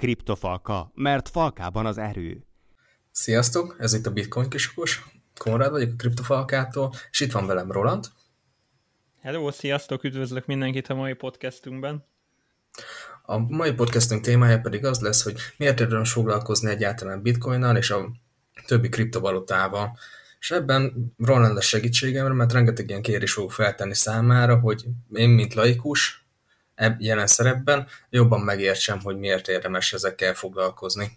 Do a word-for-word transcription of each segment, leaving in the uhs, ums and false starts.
Kriptofalka, mert falkában az erő. Sziasztok, ez itt a Bitcoin kisokos. Konrád vagyok a Kriptofalkától, és itt van velem Roland. Hello, sziasztok, üdvözlök mindenkit a mai podcastünkben. A mai podcastünk témája pedig az lesz, hogy miért érdemes foglalkozni egyáltalán Bitcoinnal és a többi kriptovalutával. És ebben Roland a segítségemre, mert rengeteg ilyen kérdés fogok feltenni számára, hogy én, mint laikus, jelen szerepben jobban megértsem, hogy miért érdemes ezekkel foglalkozni.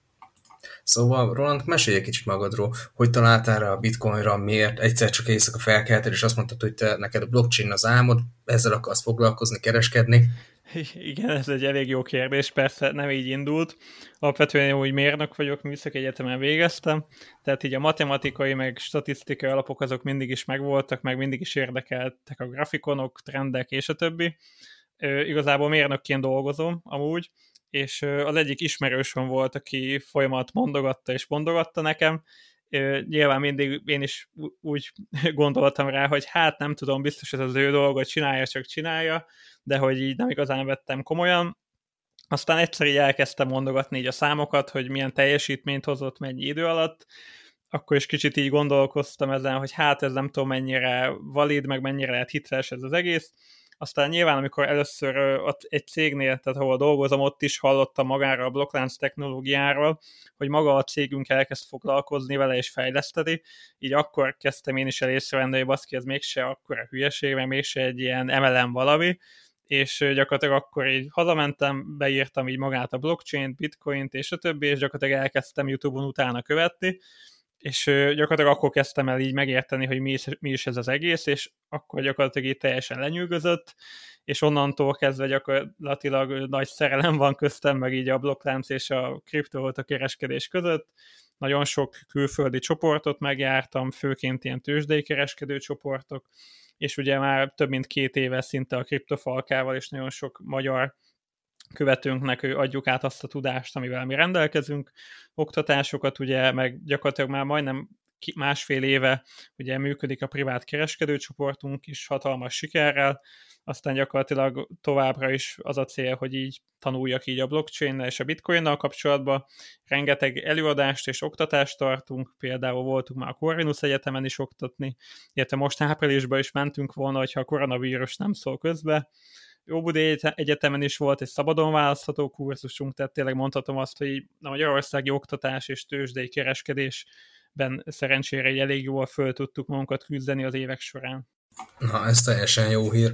Szóval, Roland, mesélj egy kicsit magadról, hogy találtál rá a Bitcoinra, miért, egyszer csak éjszaka felkelted, és azt mondtad, hogy te, neked a blockchain az álmod, ezzel akarsz foglalkozni, kereskedni. Igen, ez egy elég jó kérdés, persze nem így indult. Alapvetően úgy mérnök vagyok, műszaki egyetemen végeztem, tehát így a matematikai meg statisztikai alapok azok mindig is megvoltak, meg mindig is érdekeltek a grafikonok, trendek és a többi. Igazából mérnökként dolgozom amúgy, és az egyik ismerősöm volt, aki folyamat mondogatta és mondogatta nekem. Nyilván mindig én is úgy gondoltam rá, hogy hát nem tudom, biztos ez az ő dolga, csinálja, csak csinálja, de hogy így nem igazán vettem komolyan. Aztán egyszer így elkezdtem mondogatni így a számokat, hogy milyen teljesítményt hozott mennyi idő alatt, akkor is kicsit így gondolkoztam ezen, hogy hát ez nem tudom mennyire valid, meg mennyire lehet hiteles ez az egész. Aztán nyilván, amikor először ott egy cégnél, tehát ahol dolgozom, ott is hallottam magára a blokklánc technológiáról, hogy maga a cégünk elkezd foglalkozni vele és fejleszteni, így akkor kezdtem én is el észrevenni, hogy baszki, ez mégse akkora hülyeség, meg mégse egy ilyen em el em valami, és gyakorlatilag akkor így hazamentem, beírtam így magát a blockchain-t, bitcoint és a többi, és gyakorlatilag elkezdtem YouTube-on utána követni, és gyakorlatilag akkor kezdtem el így megérteni, hogy mi is, mi is ez az egész, és akkor gyakorlatilag így teljesen lenyűgözött, és onnantól kezdve gyakorlatilag nagy szerelem van köztem, meg így a blokklánc és a kriptovaluta kereskedés között. Nagyon sok külföldi csoportot megjártam, főként ilyen tőzsdei kereskedő csoportok, és ugye már több mint két éve szinte a kriptofalkával, és nagyon sok magyar követőnknek adjuk át azt a tudást, amivel mi rendelkezünk, oktatásokat, ugye, meg gyakorlatilag már majdnem másfél éve ugye működik a privát kereskedőcsoportunk is hatalmas sikerrel, aztán gyakorlatilag továbbra is az a cél, hogy így tanuljak így a blockchain-nel és a bitcoinnal kapcsolatban. Rengeteg előadást és oktatást tartunk, például voltunk már a Corvinus Egyetemen is oktatni, illetve most áprilisban is mentünk volna, hogyha a koronavírus nem szól közbe. Óbudai Egyetemen is volt egy szabadon választható kurzusunk, tehát tényleg mondhatom azt, hogy a magyarországi oktatás és tőzsdei kereskedésben szerencsére egy elég jól föl tudtuk magunkat küzdeni az évek során. Na, ez teljesen jó hír.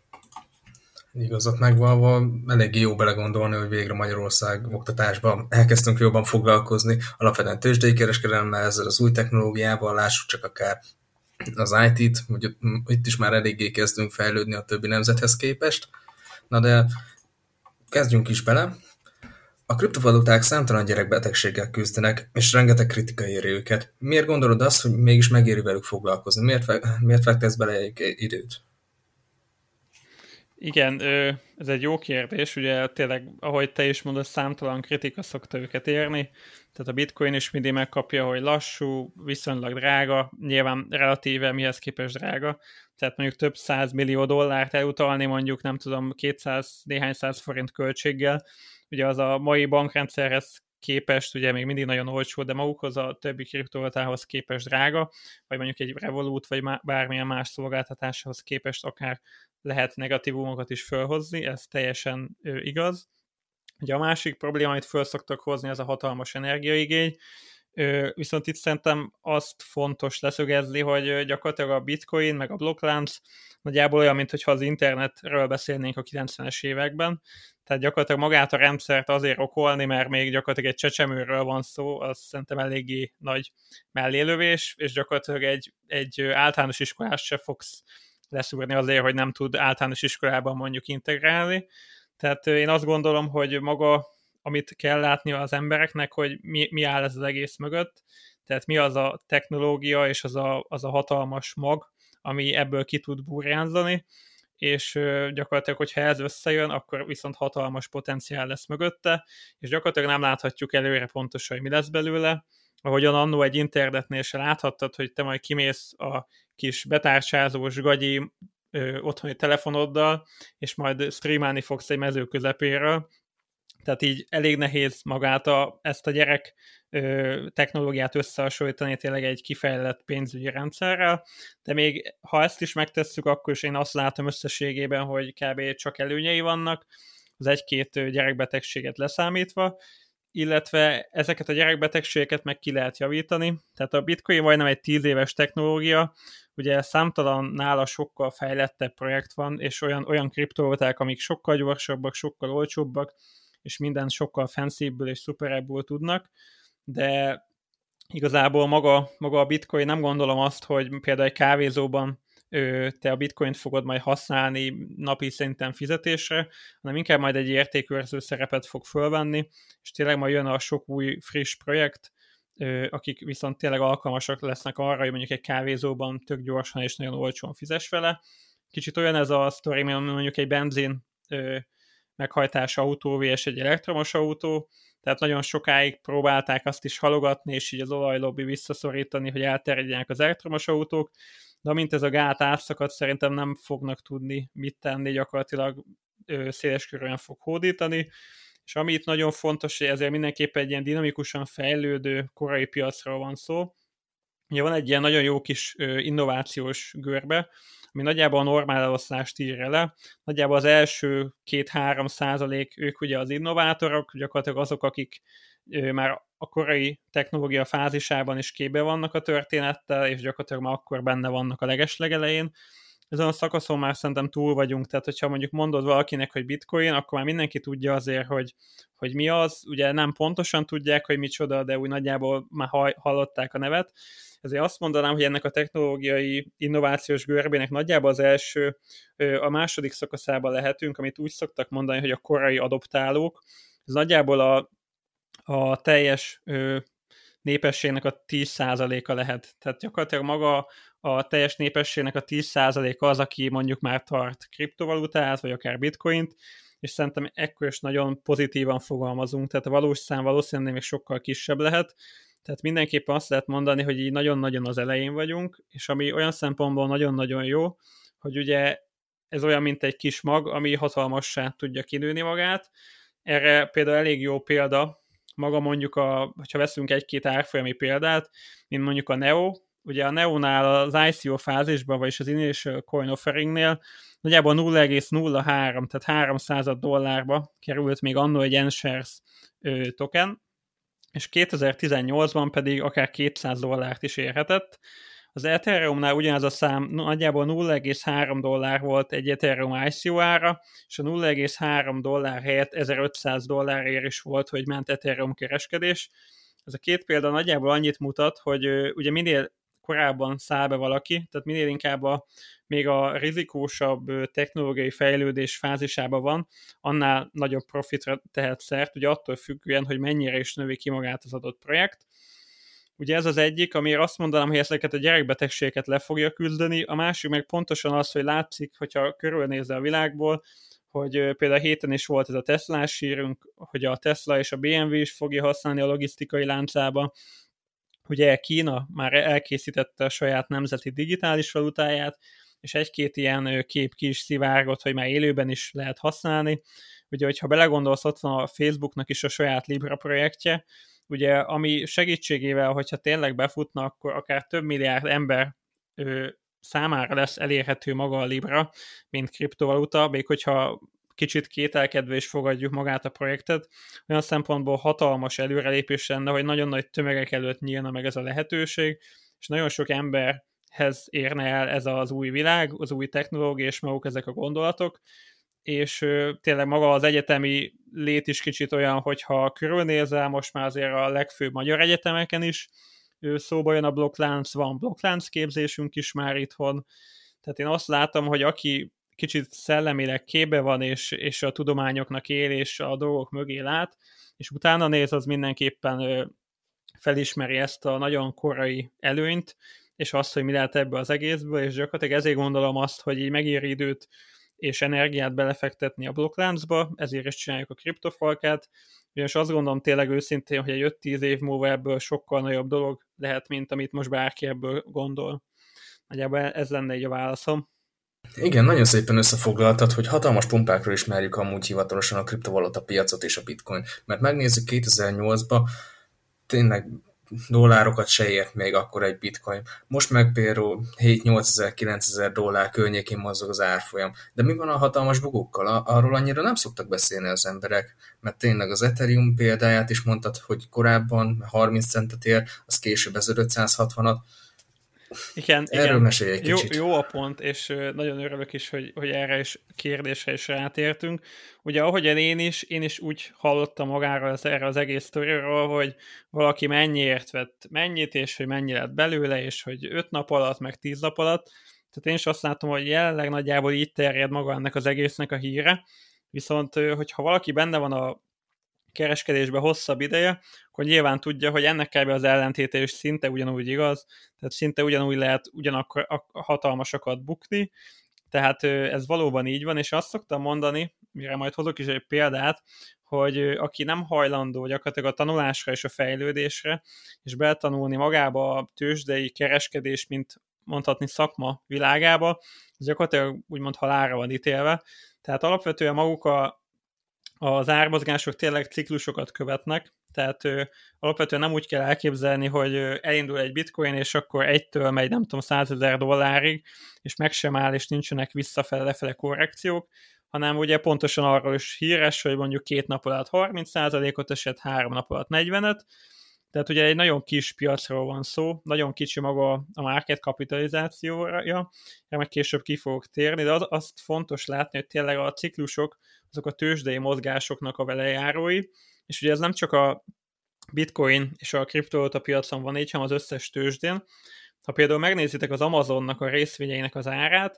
Igazat megvalva, eléggé jó belegondolni, hogy végre Magyarország oktatásban elkezdtünk jobban foglalkozni, alapvetően tőzsdei kereskedelemmel, ezzel az új technológiával, lássuk csak akár az i té-t, hogy itt is már eléggé kezdünk fejlődni a többi nemzethez képest. Na de kezdjünk is bele. A kriptovaluták számtalan gyerekbetegséggel küzdenek, és rengeteg kritika éri őket. Miért gondolod azt, hogy mégis megéri velük foglalkozni? Miért, miért fektetsz bele időt? Igen, ez egy jó kérdés, ugye tényleg, ahogy te is mondod, számtalan kritika szokta őket érni, tehát a bitcoin is mindig megkapja, hogy lassú, viszonylag drága, nyilván relatíve mihez képest drága, tehát mondjuk több száz millió dollárt elutalni mondjuk, nem tudom, kétszáz, néhány száz forint költséggel, ugye az a mai bankrendszerhez képest ugye még mindig nagyon olcsó, de magukhoz a többi kriptovalutához képest drága, vagy mondjuk egy Revolut, vagy bármilyen más szolgáltatáshoz képest akár lehet negatívumokat is felhozni, ez teljesen ö, igaz. Ugye a másik probléma, amit föl szoktak hozni, az a hatalmas energiaigény, ö, viszont itt szerintem azt fontos leszögezni, hogy gyakorlatilag a bitcoin, meg a blokklánc nagyjából olyan, mintha az internetről beszélnénk a kilencvenes években, tehát gyakorlatilag magát a rendszert azért okolni, mert még gyakorlatilag egy csecsemőről van szó, az szerintem eléggé nagy mellélövés, és gyakorlatilag egy, egy általános iskolás se fogsz leszúrni azért, hogy nem tud általános iskolában mondjuk integrálni. Tehát én azt gondolom, hogy maga, amit kell látni az embereknek, hogy mi, mi áll ez az egész mögött, tehát mi az a technológia és az a, az a hatalmas mag, ami ebből ki tud burjánzani, és gyakorlatilag, hogyha ez összejön, akkor viszont hatalmas potenciál lesz mögötte, és gyakorlatilag nem láthatjuk előre pontosan, hogy mi lesz belőle. Ahogyan annó egy internetnél se láthattad, hogy te majd kimész a kis betárcsázós gagyi ö, otthoni telefonoddal, és majd streamálni fogsz egy mező közepéről, tehát így elég nehéz magát a, ezt a gyerek ö, technológiát összehasonlítani tényleg egy kifejlett pénzügyi rendszerrel, de még ha ezt is megtesszük, akkor is én azt látom összességében, hogy kb. Csak előnyei vannak, az egy-két gyerekbetegséget leszámítva, illetve ezeket a gyerekbetegségeket meg ki lehet javítani. Tehát a Bitcoin majdnem egy tíz éves technológia, ugye számtalan nála sokkal fejlettebb projekt van, és olyan, olyan kriptovaluták, amik sokkal gyorsabbak, sokkal olcsóbbak, és minden sokkal fancybből és szuperebből tudnak, de igazából maga, maga a Bitcoin, nem gondolom azt, hogy például egy kávézóban te a Bitcoint fogod majd használni napi szinten fizetésre, hanem inkább majd egy értékőrző szerepet fog fölvenni, és tényleg majd jön a sok új, friss projekt, akik viszont tényleg alkalmasak lesznek arra, hogy mondjuk egy kávézóban tök gyorsan és nagyon olcsón fizes vele. Kicsit olyan ez a sztori, mint mondjuk egy benzin meghajtású autó és egy elektromos autó, tehát nagyon sokáig próbálták azt is halogatni, és így az olajlobby visszaszorítani, hogy elterjedjenek az elektromos autók, de amint ez a gát átszakad, szerintem nem fognak tudni mit tenni, gyakorlatilag széleskörűen fog hódítani, és ami itt nagyon fontos, hogy ezért mindenképpen egy ilyen dinamikusan fejlődő korai piacról van szó. Ugye van egy ilyen nagyon jó kis innovációs görbe, ami nagyjából a normál eloszlást írja le. Nagyjából az első két-három százalék ők ugye az innovátorok, gyakorlatilag azok, akik már a korai technológia fázisában is képbe vannak a történettel, és gyakorlatilag már akkor benne vannak a legeslegelején. Ezen a szakaszon már szerintem túl vagyunk, tehát hogyha mondjuk mondod valakinek, hogy Bitcoin, akkor már mindenki tudja azért, hogy, hogy mi az. Ugye nem pontosan tudják, hogy micsoda, de úgy nagyjából már hallották a nevet. Ezért azt mondanám, hogy ennek a technológiai innovációs görbének nagyjából az első, a második szakaszában lehetünk, amit úgy szoktak mondani, hogy a korai adoptálók. Ez nagyjából a, a teljes népességnek a tíz százaléka lehet. Tehát gyakorlatilag maga a teljes népességnek a tíz százaléka az, aki mondjuk már tart kriptovalutát, vagy akár bitcoint, és szerintem ekkor is nagyon pozitívan fogalmazunk, tehát a valós szám valószínűleg még sokkal kisebb lehet, tehát mindenképpen azt lehet mondani, hogy így nagyon-nagyon az elején vagyunk, és ami olyan szempontból nagyon-nagyon jó, hogy ugye ez olyan, mint egy kis mag, ami hatalmassá tudja kinőni magát. Erre például elég jó példa, maga mondjuk, a, ha veszünk egy-két árfolyami példát, mint mondjuk a Neo, ugye a Neo-nál az I C O fázisban, vagyis az Initial Coin Offeringnél nagyjából nulla egész nulla három, tehát háromszázad dollárba került még annó egy N-Shares token, és kétezer-tizennyolcban pedig akár kétszáz dollárt is érhetett. Az Ethereumnál ugyanaz a szám nagyjából nulla egész három dollár volt egy Ethereum I C O ára, és a nulla egész három dollár helyett ezerötszáz dollárért is volt, hogy ment Ethereum kereskedés. Ez a két példa nagyjából annyit mutat, hogy ugye minél korábban száll be valaki, tehát minél inkább a, még a rizikósabb technológiai fejlődés fázisában van, annál nagyobb profitra tehet szert, ugye attól függően, hogy mennyire is növi ki magát az adott projekt. Ugye ez az egyik, amire azt mondanám, hogy ezeket a gyerekbetegségeket le fogja küzdeni, a másik meg pontosan az, hogy látszik, hogyha körülnézze a világból, hogy például a héten is volt ez a Teslás hírünk, hogy a Tesla és a bé em vé is fogja használni a logisztikai láncába. Ugye Kína már elkészítette a saját nemzeti digitális valutáját, és egy-két ilyen kép ki is szivárgott, hogy már élőben is lehet használni. Ugye, hogyha belegondolsz, ott van a Facebooknak is a saját Libra projektje, ugye, ami segítségével, hogyha tényleg befutna, akkor akár több milliárd ember ő, számára lesz elérhető maga a Libra, mint kriptovaluta, még hogyha kicsit kételkedve is fogadjuk magát a projektet, olyan szempontból hatalmas előrelépés lenne, hogy nagyon nagy tömegek előtt nyílna meg ez a lehetőség, és nagyon sok emberhez érne el ez az új világ, az új technológia, és maguk ezek a gondolatok, és tényleg maga az egyetemi lét is kicsit olyan, hogyha körülnézel, most már azért a legfőbb magyar egyetemeken is szóba jön a blokklánc, van blokklánc képzésünk is már itthon, tehát én azt látom, hogy aki kicsit szellemileg képbe van, és, és a tudományoknak él, és a dolgok mögé lát, és utána néz, az mindenképpen felismeri ezt a nagyon korai előnyt, és azt, hogy mi lehet ebből az egészből, és gyakorlatilag ezért gondolom azt, hogy így megér időt és energiát belefektetni a blokkláncba, ezért is csináljuk a kriptofalkát, ugyanis azt gondolom tényleg őszintén, hogy egy öt-tíz év múlva ebből sokkal nagyobb dolog lehet, mint amit most bárki ebből gondol. Nagyjából ez lenne így a válaszom. Igen, nagyon szépen összefoglaltad, hogy hatalmas pumpákról ismerjük amúgy hivatalosan a kriptovaluta piacot és a bitcoin. Mert megnézzük kétezer-nyolcban, tényleg dollárokat se ért még akkor egy bitcoin. Most meg például hét-nyolcezer-kilencezer dollár környékén mozog az árfolyam. De mi van a hatalmas bugókkal? Arról annyira nem szoktak beszélni az emberek, mert tényleg az Ethereum példáját is mondtad, hogy korábban harminc centet ér, az később ezerötszázhatvanat. Igen, Erről igen. mesélj egy jó, kicsit. Jó a pont, és nagyon örülök is, hogy, hogy erre is kérdésre is rátértünk. Ugye ahogyan én is, én is úgy hallottam magáról az, erre az egész sztoriról, hogy valaki mennyiért vett mennyit, és hogy mennyi lett belőle, és hogy öt nap alatt, meg tíz nap alatt. Tehát én is azt látom, hogy jelenleg nagyjából így terjed maga ennek az egésznek a híre. Viszont, hogyha valaki benne van a kereskedésben hosszabb ideje, akkor nyilván tudja, hogy ennek kb. Az ellentéte is szinte ugyanúgy igaz, tehát szinte ugyanúgy lehet ugyanakkor hatalmasakat bukni, tehát ez valóban így van, és azt szoktam mondani, mire majd hozok is egy példát, hogy aki nem hajlandó gyakorlatilag a tanulásra és a fejlődésre, és betanulni magába a tőzsdei kereskedés, mint mondhatni szakma világába, az gyakorlatilag úgymond halálra van ítélve. Tehát alapvetően maguk a az ármozgások tényleg ciklusokat követnek, tehát ö, alapvetően nem úgy kell elképzelni, hogy ö, elindul egy bitcoin, és akkor egytől megy, nem tudom, százezer dollárig, és meg sem áll, és nincsenek visszafele-lefele korrekciók, hanem ugye pontosan arról is híres, hogy mondjuk két nap alatt harminc százalékot esett, három nap alatt negyvenet, tehát ugye egy nagyon kis piacról van szó, nagyon kicsi maga a market kapitalizációja, erre meg később ki fogok térni, de az, azt fontos látni, hogy tényleg a ciklusok, azok a tőzsdei mozgásoknak a velejárói, és ugye ez nem csak a bitcoin és a kriptovaluta piacon van így, hanem az összes tőzsdén. Ha például megnézitek az Amazonnak a részvényeinek az árát,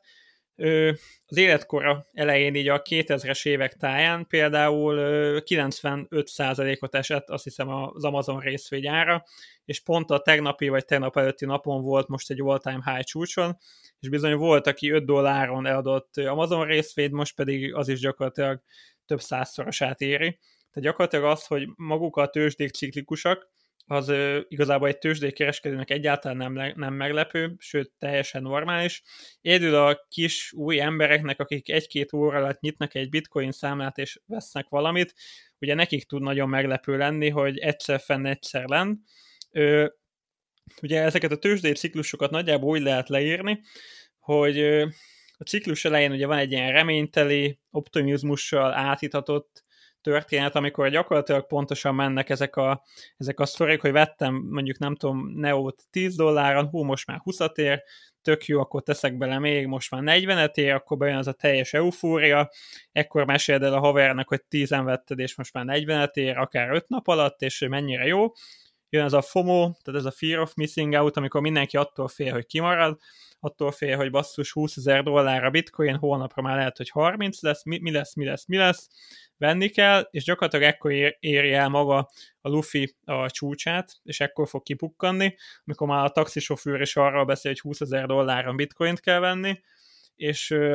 az életkora elején így a kétezres évek táján például kilencvenöt százalékot esett, azt hiszem, az Amazon részvény ára, és pont a tegnapi vagy tegnap előtti napon volt most egy all-time high csúcson, és bizony volt, aki öt dolláron eladott Amazon részvényt, most pedig az is gyakorlatilag több százszorosát éri. Tehát gyakorlatilag az, hogy maguk a tőzsdék ciklikusak, az ö, igazából egy tőzsdei kereskedőnek egyáltalán nem, le, nem meglepő, sőt teljesen normális. Egyedül a kis új embereknek, akik egy-két óra alatt nyitnak egy bitcoin számlát és vesznek valamit, ugye nekik tud nagyon meglepő lenni, hogy egyszer fenn, egyszer lenn. Ö, ugye ezeket a tőzsdei ciklusokat nagyjából úgy lehet leírni, hogy ö, a ciklus elején ugye van egy ilyen reményteli, optimizmussal átitatott történet, amikor gyakorlatilag pontosan mennek ezek a, ezek a sztorik, hogy vettem mondjuk nem tudom Neót tíz dolláron, hú, most már huszat ér, tök jó, akkor teszek bele még, most már negyvenet ér, akkor bejön az a teljes eufória, ekkor meséld el a havernak, hogy tízen vetted, és most már negyvenet ér, akár öt nap alatt, és mennyire jó. Jön ez a FOMO, tehát ez a Fear of Missing Out, amikor mindenki attól fél, hogy kimarad, attól fél, hogy basszus húszezer dollár a bitcoin, holnapra már lehet, hogy harminc lesz, mi, mi lesz, mi lesz, mi lesz, venni kell, és gyakorlatilag ekkor ér, éri el maga a lufi a csúcsát, és ekkor fog kipukkanni, amikor már a taxisofőr is arról beszél, hogy húszezer dolláron bitcoint kell venni, és uh,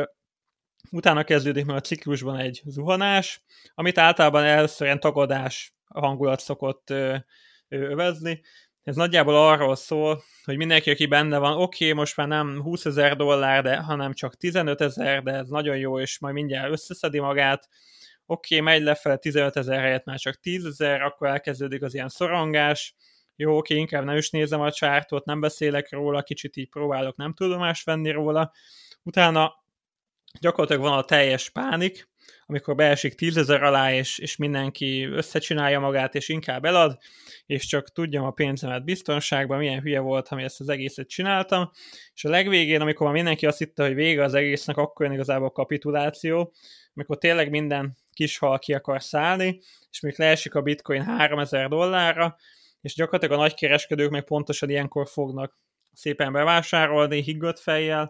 utána kezdődik meg a ciklusban egy zuhanás, amit általában először ilyen tagadás hangulat szokott uh, övezni. Ez nagyjából arról szól, hogy mindenki, aki benne van, oké, okay, most már nem húszezer dollár, de, hanem csak tizenötezer, de ez nagyon jó, és majd mindjárt összeszedi magát. Oké, okay, megy lefele tizenötezer helyett már csak tízezer, akkor elkezdődik az ilyen szorongás. Jó, oké, okay, inkább nem is nézem a csártot, nem beszélek róla, kicsit így próbálok nem tudomást venni róla. Utána gyakorlatilag van a teljes pánik, amikor beesik tízezer alá, és, és mindenki összecsinálja magát, és inkább elad, és csak tudjam a pénzemet biztonságban, milyen hülye volt, ami ezt az egészet csináltam, és a legvégén, amikor már mindenki azt hitte, hogy vége az egésznek, akkor jön igazából a kapituláció, amikor tényleg minden kis hal ki akar szállni, és még leesik a bitcoin háromezer dollárra, és gyakorlatilag a nagykereskedők meg pontosan ilyenkor fognak szépen bevásárolni, higgadt fejjel,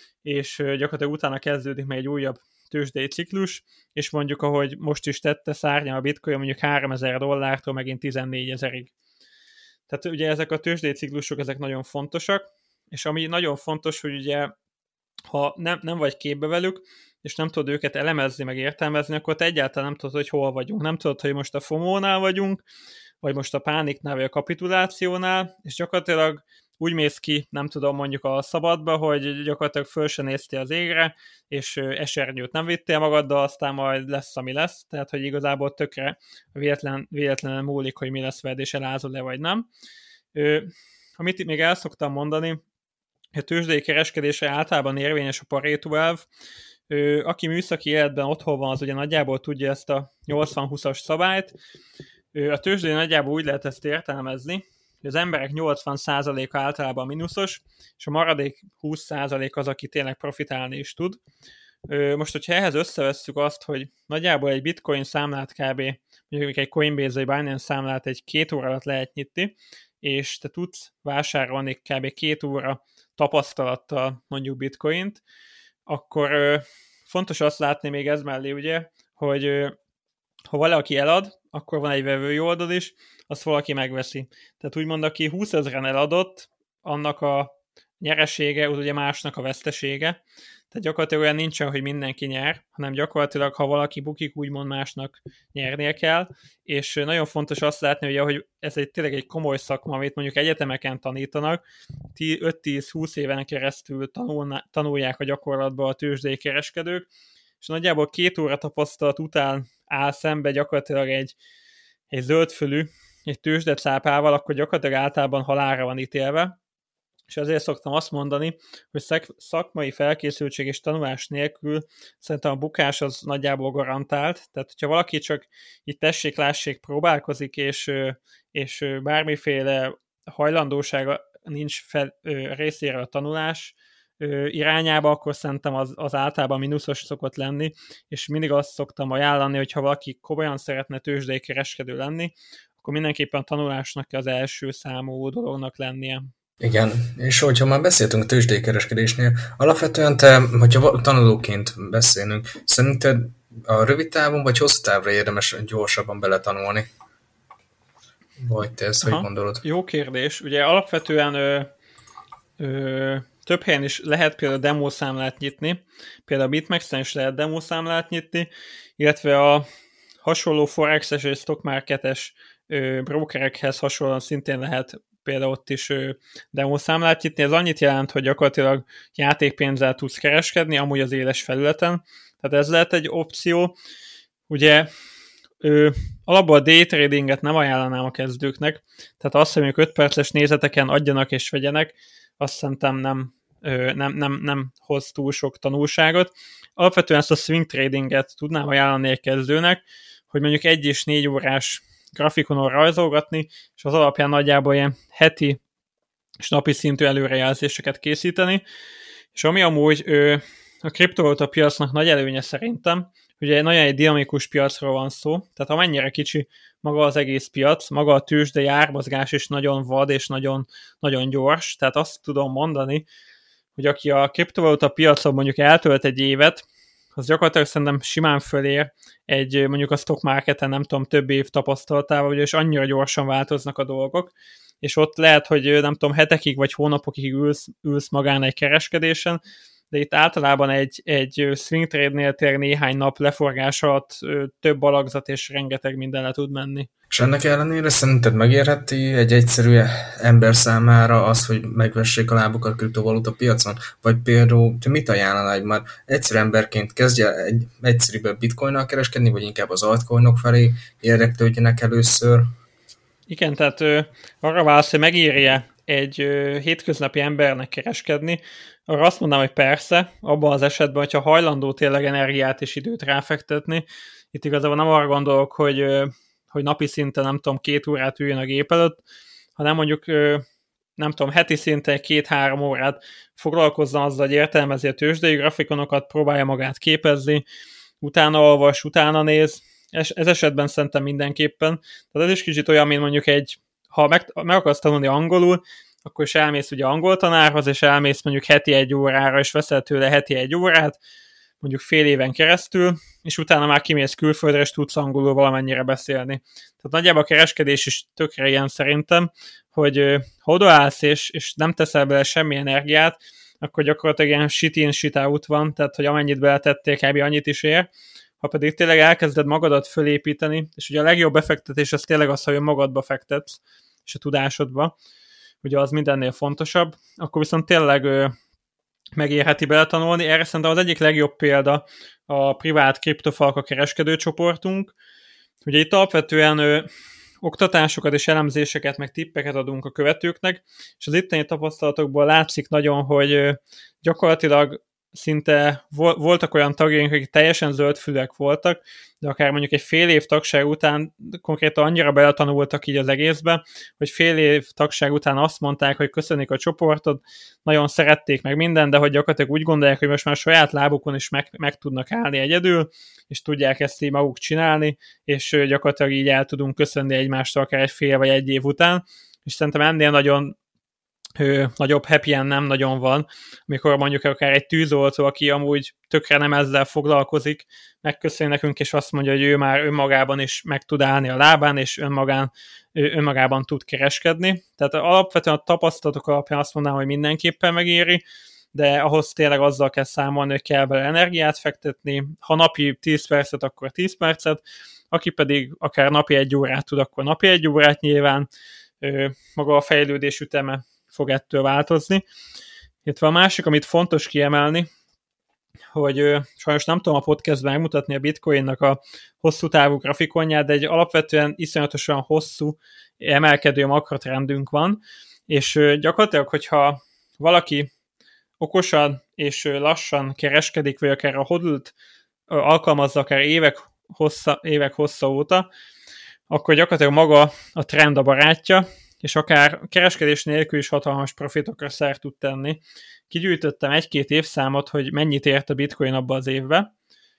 és gyakorlatilag utána kezdődik meg egy újabb tőzsdei ciklus, és mondjuk, ahogy most is tette, szárnya a bitcoin mondjuk háromezer dollártól megint tizennégyezerig. Tehát ugye ezek a tőzsdei ciklusok, ezek nagyon fontosak, és ami nagyon fontos, hogy ugye, ha nem, nem vagy képbe velük, és nem tudod őket elemezni, meg értelmezni, akkor te egyáltalán nem tudod, hogy hol vagyunk. Nem tudod, hogy most a FOMO-nál vagyunk, vagy most a pániknál, vagy a kapitulációnál, és gyakorlatilag úgy mész ki, nem tudom, mondjuk a szabadba, hogy gyakorlatilag föl se néztél az égre, és esernyőt nem vittél magaddal, aztán majd lesz, ami lesz, tehát hogy igazából tökre véletlen, véletlenül múlik, hogy mi lesz veled, és elázod-e vagy nem. Amit itt még el szoktam mondani, a tőzsdei kereskedésre általában érvényes a Pareto elv. Aki műszaki életben otthon van, az ugye nagyjából tudja ezt a nyolcvan-húszas szabályt. A tőzsdén nagyjából úgy lehet ezt értelmezni, hogy az emberek nyolcvan százaléka általában mínuszos, és a maradék húsz százalék az, aki tényleg profitálni is tud. Most, hogyha ehhez összevesszük azt, hogy nagyjából egy bitcoin számlát kb. Mondjuk egy Coinbase vagy Binance számlát egy két óra alatt lehet nyitni, és te tudsz vásárolni kb. Két óra tapasztalattal mondjuk bitcoint, akkor ö, fontos azt látni még ez mellé, ugye, hogy ö, ha valaki elad, akkor van egy vevői oldal is, azt valaki megveszi. Tehát úgymond, aki húszezren eladott, annak a nyeresége, az ugye másnak a vesztesége. Tehát gyakorlatilag olyan nincsen, hogy mindenki nyer, hanem gyakorlatilag, ha valaki bukik, úgymond másnak nyernie kell, és nagyon fontos azt látni, hogy ahogy ez egy tényleg egy komoly szakma, amit mondjuk egyetemeken tanítanak, öt-tíz-húsz éven keresztül tanul, tanulják a gyakorlatban a tőzsdei kereskedők, és nagyjából két óra tapasztalat után áll szembe gyakorlatilag egy, egy zöldfülű, egy tőzsdecápával, akkor gyakorlatilag általában halálra van ítélve, és azért szoktam azt mondani, hogy szakmai felkészültség és tanulás nélkül szerintem a bukás az nagyjából garantált, tehát hogyha valaki csak itt tessék-lássék próbálkozik, és, és bármiféle hajlandósága nincs fel, részére a tanulás irányába, akkor szerintem az, az általában mínuszos szokott lenni, és mindig azt szoktam ajánlani, hogy ha valaki komolyan szeretne tőzsdei kereskedő lenni, akkor mindenképpen a tanulásnak az első számú dolognak lennie. Igen, és hogyha már beszéltünk tőzsdei kereskedésnél, alapvetően te, hogyha tanulóként beszélünk, szerinted a rövid távon vagy hosszú távra érdemes gyorsabban beletanulni? Vagy te ezt Aha, hogy gondolod? Jó kérdés. Ugye alapvetően ö, ö, több helyen is lehet például demószámlát nyitni, például a BitMEX-en is lehet demószámlát nyitni, illetve a hasonló forexes és stock marketes ö, brokerekhez hasonlóan szintén lehet például ott is demószámlát nyitni. Ez annyit jelent, hogy gyakorlatilag játékpénzzel tudsz kereskedni, amúgy az éles felületen. Tehát ez lehet egy opció. Ugye ö, alapból a day tradinget nem ajánlanám a kezdőknek, tehát azt, hogy mondjuk öt perces nézeteken adjanak és vegyenek, azt szerintem nem, ö, nem, nem, nem hoz túl sok tanulságot. Alapvetően ezt a swing tradinget tudnám ajánlani egy kezdőnek, hogy mondjuk egy és négy órás grafikonon rajzolgatni, és az alapján nagyjából ilyen heti és napi szintű előrejelzéseket készíteni, és ami amúgy ö, a kriptovaluta piacnak nagy előnye szerintem, ugye nagyon egy dinamikus piacról van szó, tehát amennyire kicsi maga az egész piac, maga a tőzsdei ármozgás is nagyon vad és nagyon, nagyon gyors, tehát azt tudom mondani, hogy aki a kriptovaluta piacon mondjuk eltölt egy évet, az gyakorlatilag szerintem simán fölér egy mondjuk a stock marketen nem tudom több év tapasztalatával, és annyira gyorsan változnak a dolgok, és ott lehet, hogy nem tudom hetekig vagy hónapokig ülsz, ülsz magán egy kereskedésen, de itt általában egy, egy swing trade-nél tényleg néhány nap leforgás alatt több alakzat és rengeteg minden le tud menni. És ennek ellenére szerinted megérheti egy egyszerű ember számára az, hogy megvessék a lábukat a kriptovaluta piacon? Vagy például te mit ajánlanál, hogy már egyszerű emberként kezdje egy egyszerűbb bitcoinnal kereskedni, vagy inkább az altcoinok felé érdeklődjenek először? Igen, tehát ö, arra válsz, hogy megírja egy ö, hétköznapi embernek kereskedni, arra azt mondanám, hogy persze, abban az esetben, hogyha hajlandó tényleg energiát és időt ráfektetni, itt igazából nem arra gondolok, hogy, ö, hogy napi szinten nem tudom, két órát üljön a gép előtt, hanem mondjuk ö, nem tudom, heti szinten két-három órát foglalkozzon azzal, hogy értelmezi a tőzsdei grafikonokat, próbálja magát képezni, utána olvas, utána néz. Ez, ez esetben szerintem mindenképpen. Tehát ez is kicsit olyan, mint mondjuk egy, ha meg, meg akarsz tanulni angolul, akkor is elmész ugye angol tanárhoz, és elmész mondjuk heti egy órára, és veszel tőle heti egy órát, mondjuk fél éven keresztül, és utána már kimész külföldre, és tudsz angolul valamennyire beszélni. Tehát nagyjából a kereskedés is tökre ilyen szerintem, hogy ha odaállsz, és, és nem teszel bele semmi energiát, akkor gyakorlatilag ilyen shit in, shit out van, tehát hogy amennyit beletettél, kb. Annyit is ér. Ha pedig tényleg elkezded magadat fölépíteni, és ugye a legjobb befektetés az tényleg az, hogy magadba fektetsz, és a tudásodba, ugye az mindennél fontosabb, akkor viszont tényleg ö, megérheti beletanulni. Erre szerintem az egyik legjobb példa a privát kriptofalka kereskedőcsoportunk. Ugye itt alapvetően ö, oktatásokat és elemzéseket, meg tippeket adunk a követőknek, és az itteni tapasztalatokból látszik nagyon, hogy ö, gyakorlatilag szinte voltak olyan tagjaink, akik teljesen zöldfülek voltak, de akár mondjuk egy fél év tagság után konkrétan annyira beletanultak így az egészbe, hogy fél év tagság után azt mondták, hogy köszönik a csoportot, nagyon szerették meg minden, de hogy gyakorlatilag úgy gondolják, hogy most már saját lábukon is meg, meg tudnak állni egyedül, és tudják ezt így maguk csinálni, és gyakorlatilag így el tudunk köszönni egymástól akár egy fél vagy egy év után, és szerintem ennél nagyon Ő, nagyobb happy end nem nagyon van, amikor mondjuk akár egy tűzoltó, aki amúgy tökre nem ezzel foglalkozik, megköszöni nekünk, és azt mondja, hogy ő már önmagában is meg tud állni a lábán, és önmagán, ő önmagában tud kereskedni. Tehát alapvetően a tapasztalatok alapján azt mondanám, hogy mindenképpen megéri, de ahhoz tényleg azzal kell számolni, hogy kell vele energiát fektetni. Ha napi tíz percet, akkor tíz percet, aki pedig akár napi egy órát tud, akkor napi egy órát nyilván, ő, maga a fejlődés üteme fog ettől változni. Itt van a másik, amit fontos kiemelni, hogy ö, sajnos nem tudom a podcastben megmutatni a Bitcoinnak a hosszú távú grafikonját, de egy alapvetően iszonyatosan hosszú emelkedő makrotrendünk van, és ö, gyakorlatilag, hogyha valaki okosan és ö, lassan kereskedik, vagy akár a hodlt alkalmazza akár évek hossza, évek hossza óta, akkor gyakorlatilag maga a trend a barátja, és akár kereskedés nélkül is hatalmas profitokra szert tud tenni. Kigyűjtöttem egy-két évszámot, hogy mennyit ért a Bitcoin abban az évben.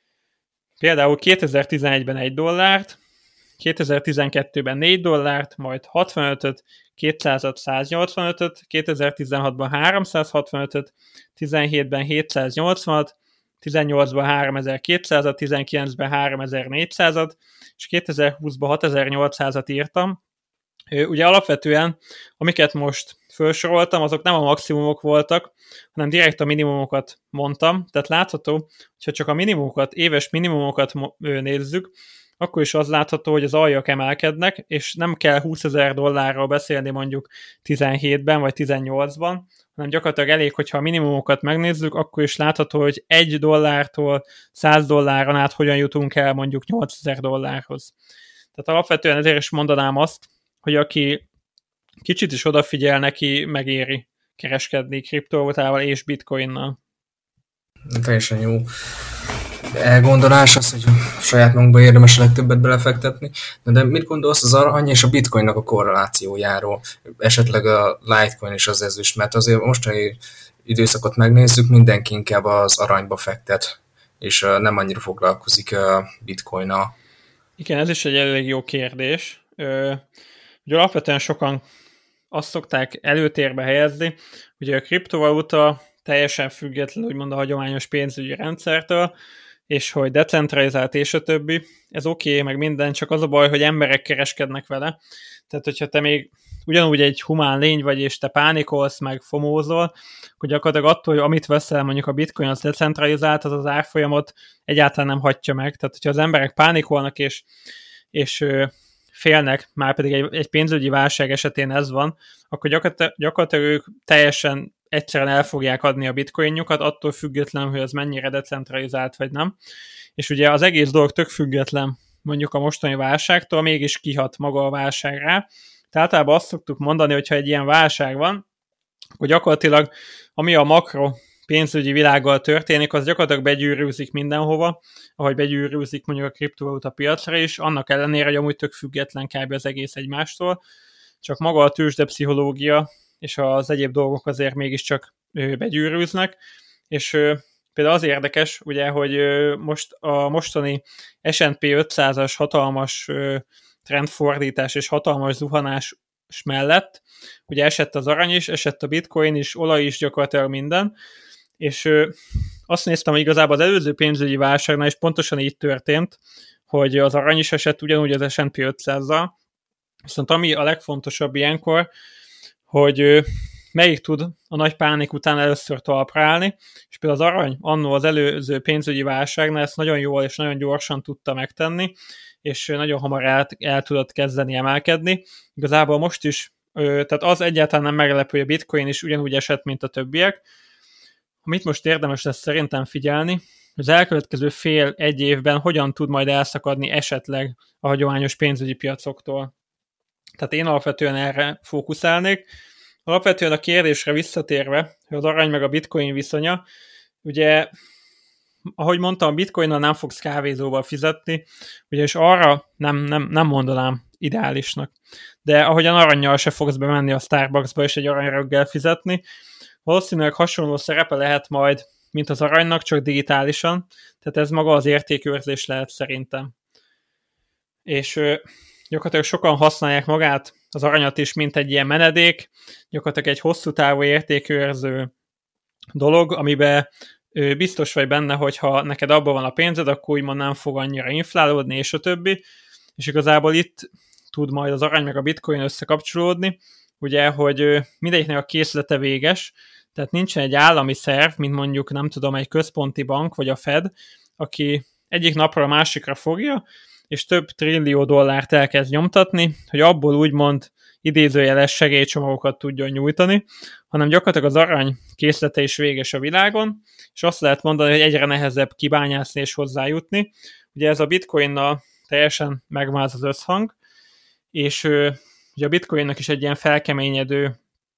Például kétezer-tizenegyben egy dollárt, kétezer-tizenkettőben négy dollárt, majd hatvanötöt, kétszázat, száznyolcvanötöt, kétezer-tizenhatban háromszázhatvanötöt, tizenhétben hétszáznyolcvanat, tizennyolcban háromezer-kétszázat, tizenkilencben háromezer-négyszázat, és kétezer-húszban hatezer-nyolcszázat írtam. Ugye alapvetően, amiket most felsoroltam, azok nem a maximumok voltak, hanem direkt a minimumokat mondtam, tehát látható, hogyha csak a minimumokat, éves minimumokat nézzük, akkor is az látható, hogy az aljak emelkednek, és nem kell húszezer dollárról beszélni mondjuk tizenhétben vagy tizennyolcban, hanem gyakorlatilag elég, hogyha a minimumokat megnézzük, akkor is látható, hogy egy dollártól száz dolláron át hogyan jutunk el mondjuk nyolcezer dollárhoz. Tehát alapvetően ezért is mondanám azt, hogy aki kicsit is odafigyel, neki megéri kereskedni kriptovalutával és bitcoinnal. Teljesen jó elgondolás az, hogy saját magunkba érdemes a legtöbbet belefektetni. De mit gondolsz az arany és a bitcoinnak a korrelációjáról? Esetleg a Litecoin és az ezüst, mert azért mostani időszakot megnézzük, mindenki inkább az aranyba fektet, és nem annyira foglalkozik a bitcoinnal. Igen, ez is egy elég jó kérdés. Ugye alapvetően sokan azt szokták előtérbe helyezni, hogy a kriptovaluta teljesen független, úgymond a hagyományos pénzügyi rendszertől, és hogy decentralizált és a többi. Ez oké, okay, meg minden, csak az a baj, hogy emberek kereskednek vele. Tehát, hogyha te még ugyanúgy egy humán lény vagy, és te pánikolsz, meg fomózol, akkor gyakorlatilag attól, hogy amit veszel, mondjuk a bitcoin az decentralizált, az az árfolyamot egyáltalán nem hagyja meg. Tehát, hogyha az emberek pánikolnak, és, és félnek, már pedig egy, egy pénzügyi válság esetén ez van, akkor gyakorlatilag, gyakorlatilag ők teljesen egyszerűen el fogják adni a bitcoinjukat, attól független, hogy az mennyire decentralizált vagy nem. És ugye az egész dolog tök független mondjuk a mostani válságtól, mégis kihat maga a válság rá. Tehát általában azt szoktuk mondani, hogyha egy ilyen válság van, akkor gyakorlatilag ami a makro pénzügyi világgal történik, az gyakorlatilag begyűrűzik mindenhova, ahogy begyűrűzik mondjuk a kriptovaluta piacra is, annak ellenére, hogy amúgy tök független kb. Az egész egymástól, csak maga a tőzsdepszichológia és az egyéb dolgok azért mégiscsak begyűrűznek, és például az érdekes, ugye, hogy most a mostani es and pé ötszázas hatalmas trendfordítás és hatalmas zuhanás mellett, ugye esett az arany is, esett a bitcoin is, olaj is, gyakorlatilag minden, és azt néztem, hogy igazából az előző pénzügyi válságnál is pontosan így történt, hogy az arany is esett ugyanúgy az es and pé ötszázzal, viszont ami a legfontosabb ilyenkor, hogy melyik tud a nagy pánik után először talpra állni, és például az arany annó az előző pénzügyi válságnál ezt nagyon jól és nagyon gyorsan tudta megtenni, és nagyon hamar el, el tudott kezdeni emelkedni. Igazából most is tehát az egyáltalán nem meglepő, hogy a bitcoin is ugyanúgy esett, mint a többiek. Amit most érdemes lesz szerintem figyelni, az elkövetkező fél-egy évben hogyan tud majd elszakadni esetleg a hagyományos pénzügyi piacoktól. Tehát én alapvetően erre fókuszálnék. Alapvetően a kérdésre visszatérve, hogy az arany meg a bitcoin viszonya, ugye, ahogy mondtam, a bitcoinnal nem fogsz kávézóval fizetni, ugyanis arra nem, nem, nem mondanám ideálisnak. De ahogyan arannyal se fogsz bemenni a Starbucksba és egy aranyröggel fizetni, valószínűleg hasonló szerepe lehet majd, mint az aranynak, csak digitálisan, tehát ez maga az értékőrzés lehet szerintem. És ö, gyakorlatilag sokan használják magát az aranyat is, mint egy ilyen menedék, gyakorlatilag egy hosszú távú értékőrző dolog, amiben ö, biztos vagy benne, hogy ha neked abban van a pénzed, akkor úgymond nem fog annyira inflálódni, és a többi, és igazából itt tud majd az arany meg a bitcoin összekapcsolódni, ugye, hogy mindegyiknek a készlete véges, tehát nincsen egy állami szerv, mint mondjuk nem tudom, egy központi bank, vagy a Fed, aki egyik napra a másikra fogja, és több trillió dollárt elkezd nyomtatni, hogy abból úgymond idézőjeles segélycsomagokat tudjon nyújtani, hanem gyakorlatilag az arany készlete is véges a világon, és azt lehet mondani, hogy egyre nehezebb kibányászni és hozzájutni. Ugye ez a bitcoinnal teljesen megvált az összhang, és ugye a bitcoinnak is egy ilyen felkeményedő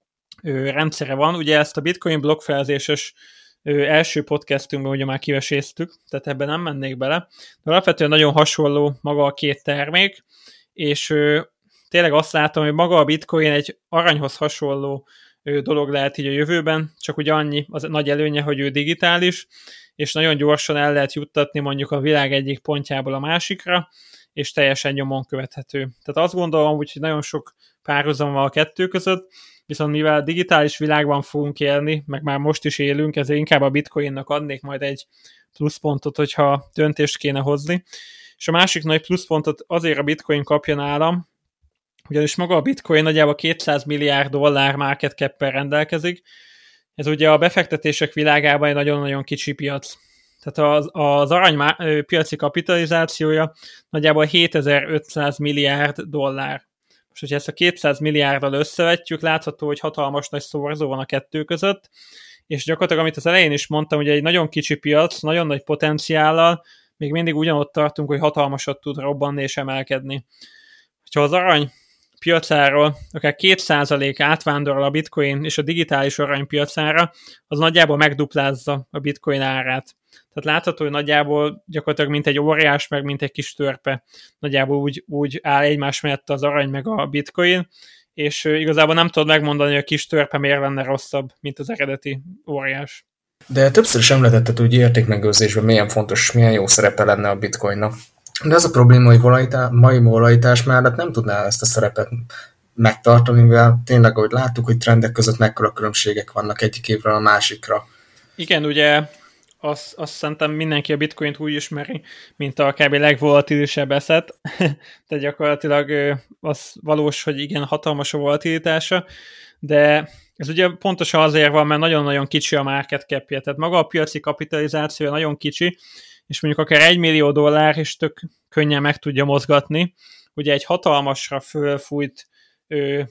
ö, rendszere van. Ugye ezt a bitcoin blokkfelezéses ö, első podcastünkben ugye már kiveséztük, tehát ebben nem mennék bele. De alapvetően nagyon hasonló maga a két termék, és ö, tényleg azt látom, hogy maga a bitcoin egy aranyhoz hasonló ö, dolog lehet így a jövőben, csak ugye annyi az nagy előnye, hogy ő digitális, és nagyon gyorsan el lehet juttatni mondjuk a világ egyik pontjából a másikra, és teljesen nyomon követhető. Tehát azt gondolom, hogy nagyon sok párhuzam van a kettő között, viszont mivel digitális világban fogunk élni, meg már most is élünk, ezért inkább a bitcoinnak adnék majd egy pluszpontot, hogyha döntést kéne hozni. És a másik nagy pluszpontot azért a bitcoin kapja nálam, ugyanis maga a bitcoin nagyjából kétszáz milliárd dollár market cap-per rendelkezik. Ez ugye a befektetések világában egy nagyon-nagyon kicsi piac. Tehát az, az arany piaci kapitalizációja nagyjából hétezer-ötszáz milliárd dollár. Most, hogyha ezt a kétszáz milliárddal összevetjük, látható, hogy hatalmas nagy szorzó van a kettő között, és gyakorlatilag, amit az elején is mondtam, hogy egy nagyon kicsi piac, nagyon nagy potenciállal, még mindig ugyanott tartunk, hogy hatalmasat tud robbanni és emelkedni. Ha az arany piacáról akár két százalék átvándorol a bitcoin és a digitális arany piacára, az nagyjából megduplázza a bitcoin árát. Tehát látható, hogy nagyjából gyakorlatilag mint egy óriás, meg mint egy kis törpe. Nagyjából úgy, úgy áll egymás mellett az arany meg a bitcoin, és igazából nem tudod megmondani, hogy a kis törpe miért lenne rosszabb, mint az eredeti óriás. De többször is említetted, hogy értékmegőrzésben milyen fontos, milyen jó szerepe lenne a bitcoinnak. De az a probléma, hogy volatilitás, mai volatilitás mellett nem tudná ezt a szerepet megtartani, mivel tényleg, ahogy láttuk, hogy trendek között mekkora különbségek vannak egyik évről a másikra. Igen, ugye azt, azt szerintem mindenki a bitcoint úgy ismeri, mint a kb. Legvolatilisebb eszet, de gyakorlatilag az valós, hogy igen, hatalmas a volatilitása, de ez ugye pontosan azért van, mert nagyon-nagyon kicsi a market capje, tehát maga a piaci kapitalizáció nagyon kicsi, és mondjuk akár egy millió dollár is tök könnyen meg tudja mozgatni. Ugye egy hatalmasra fölfújt, ő,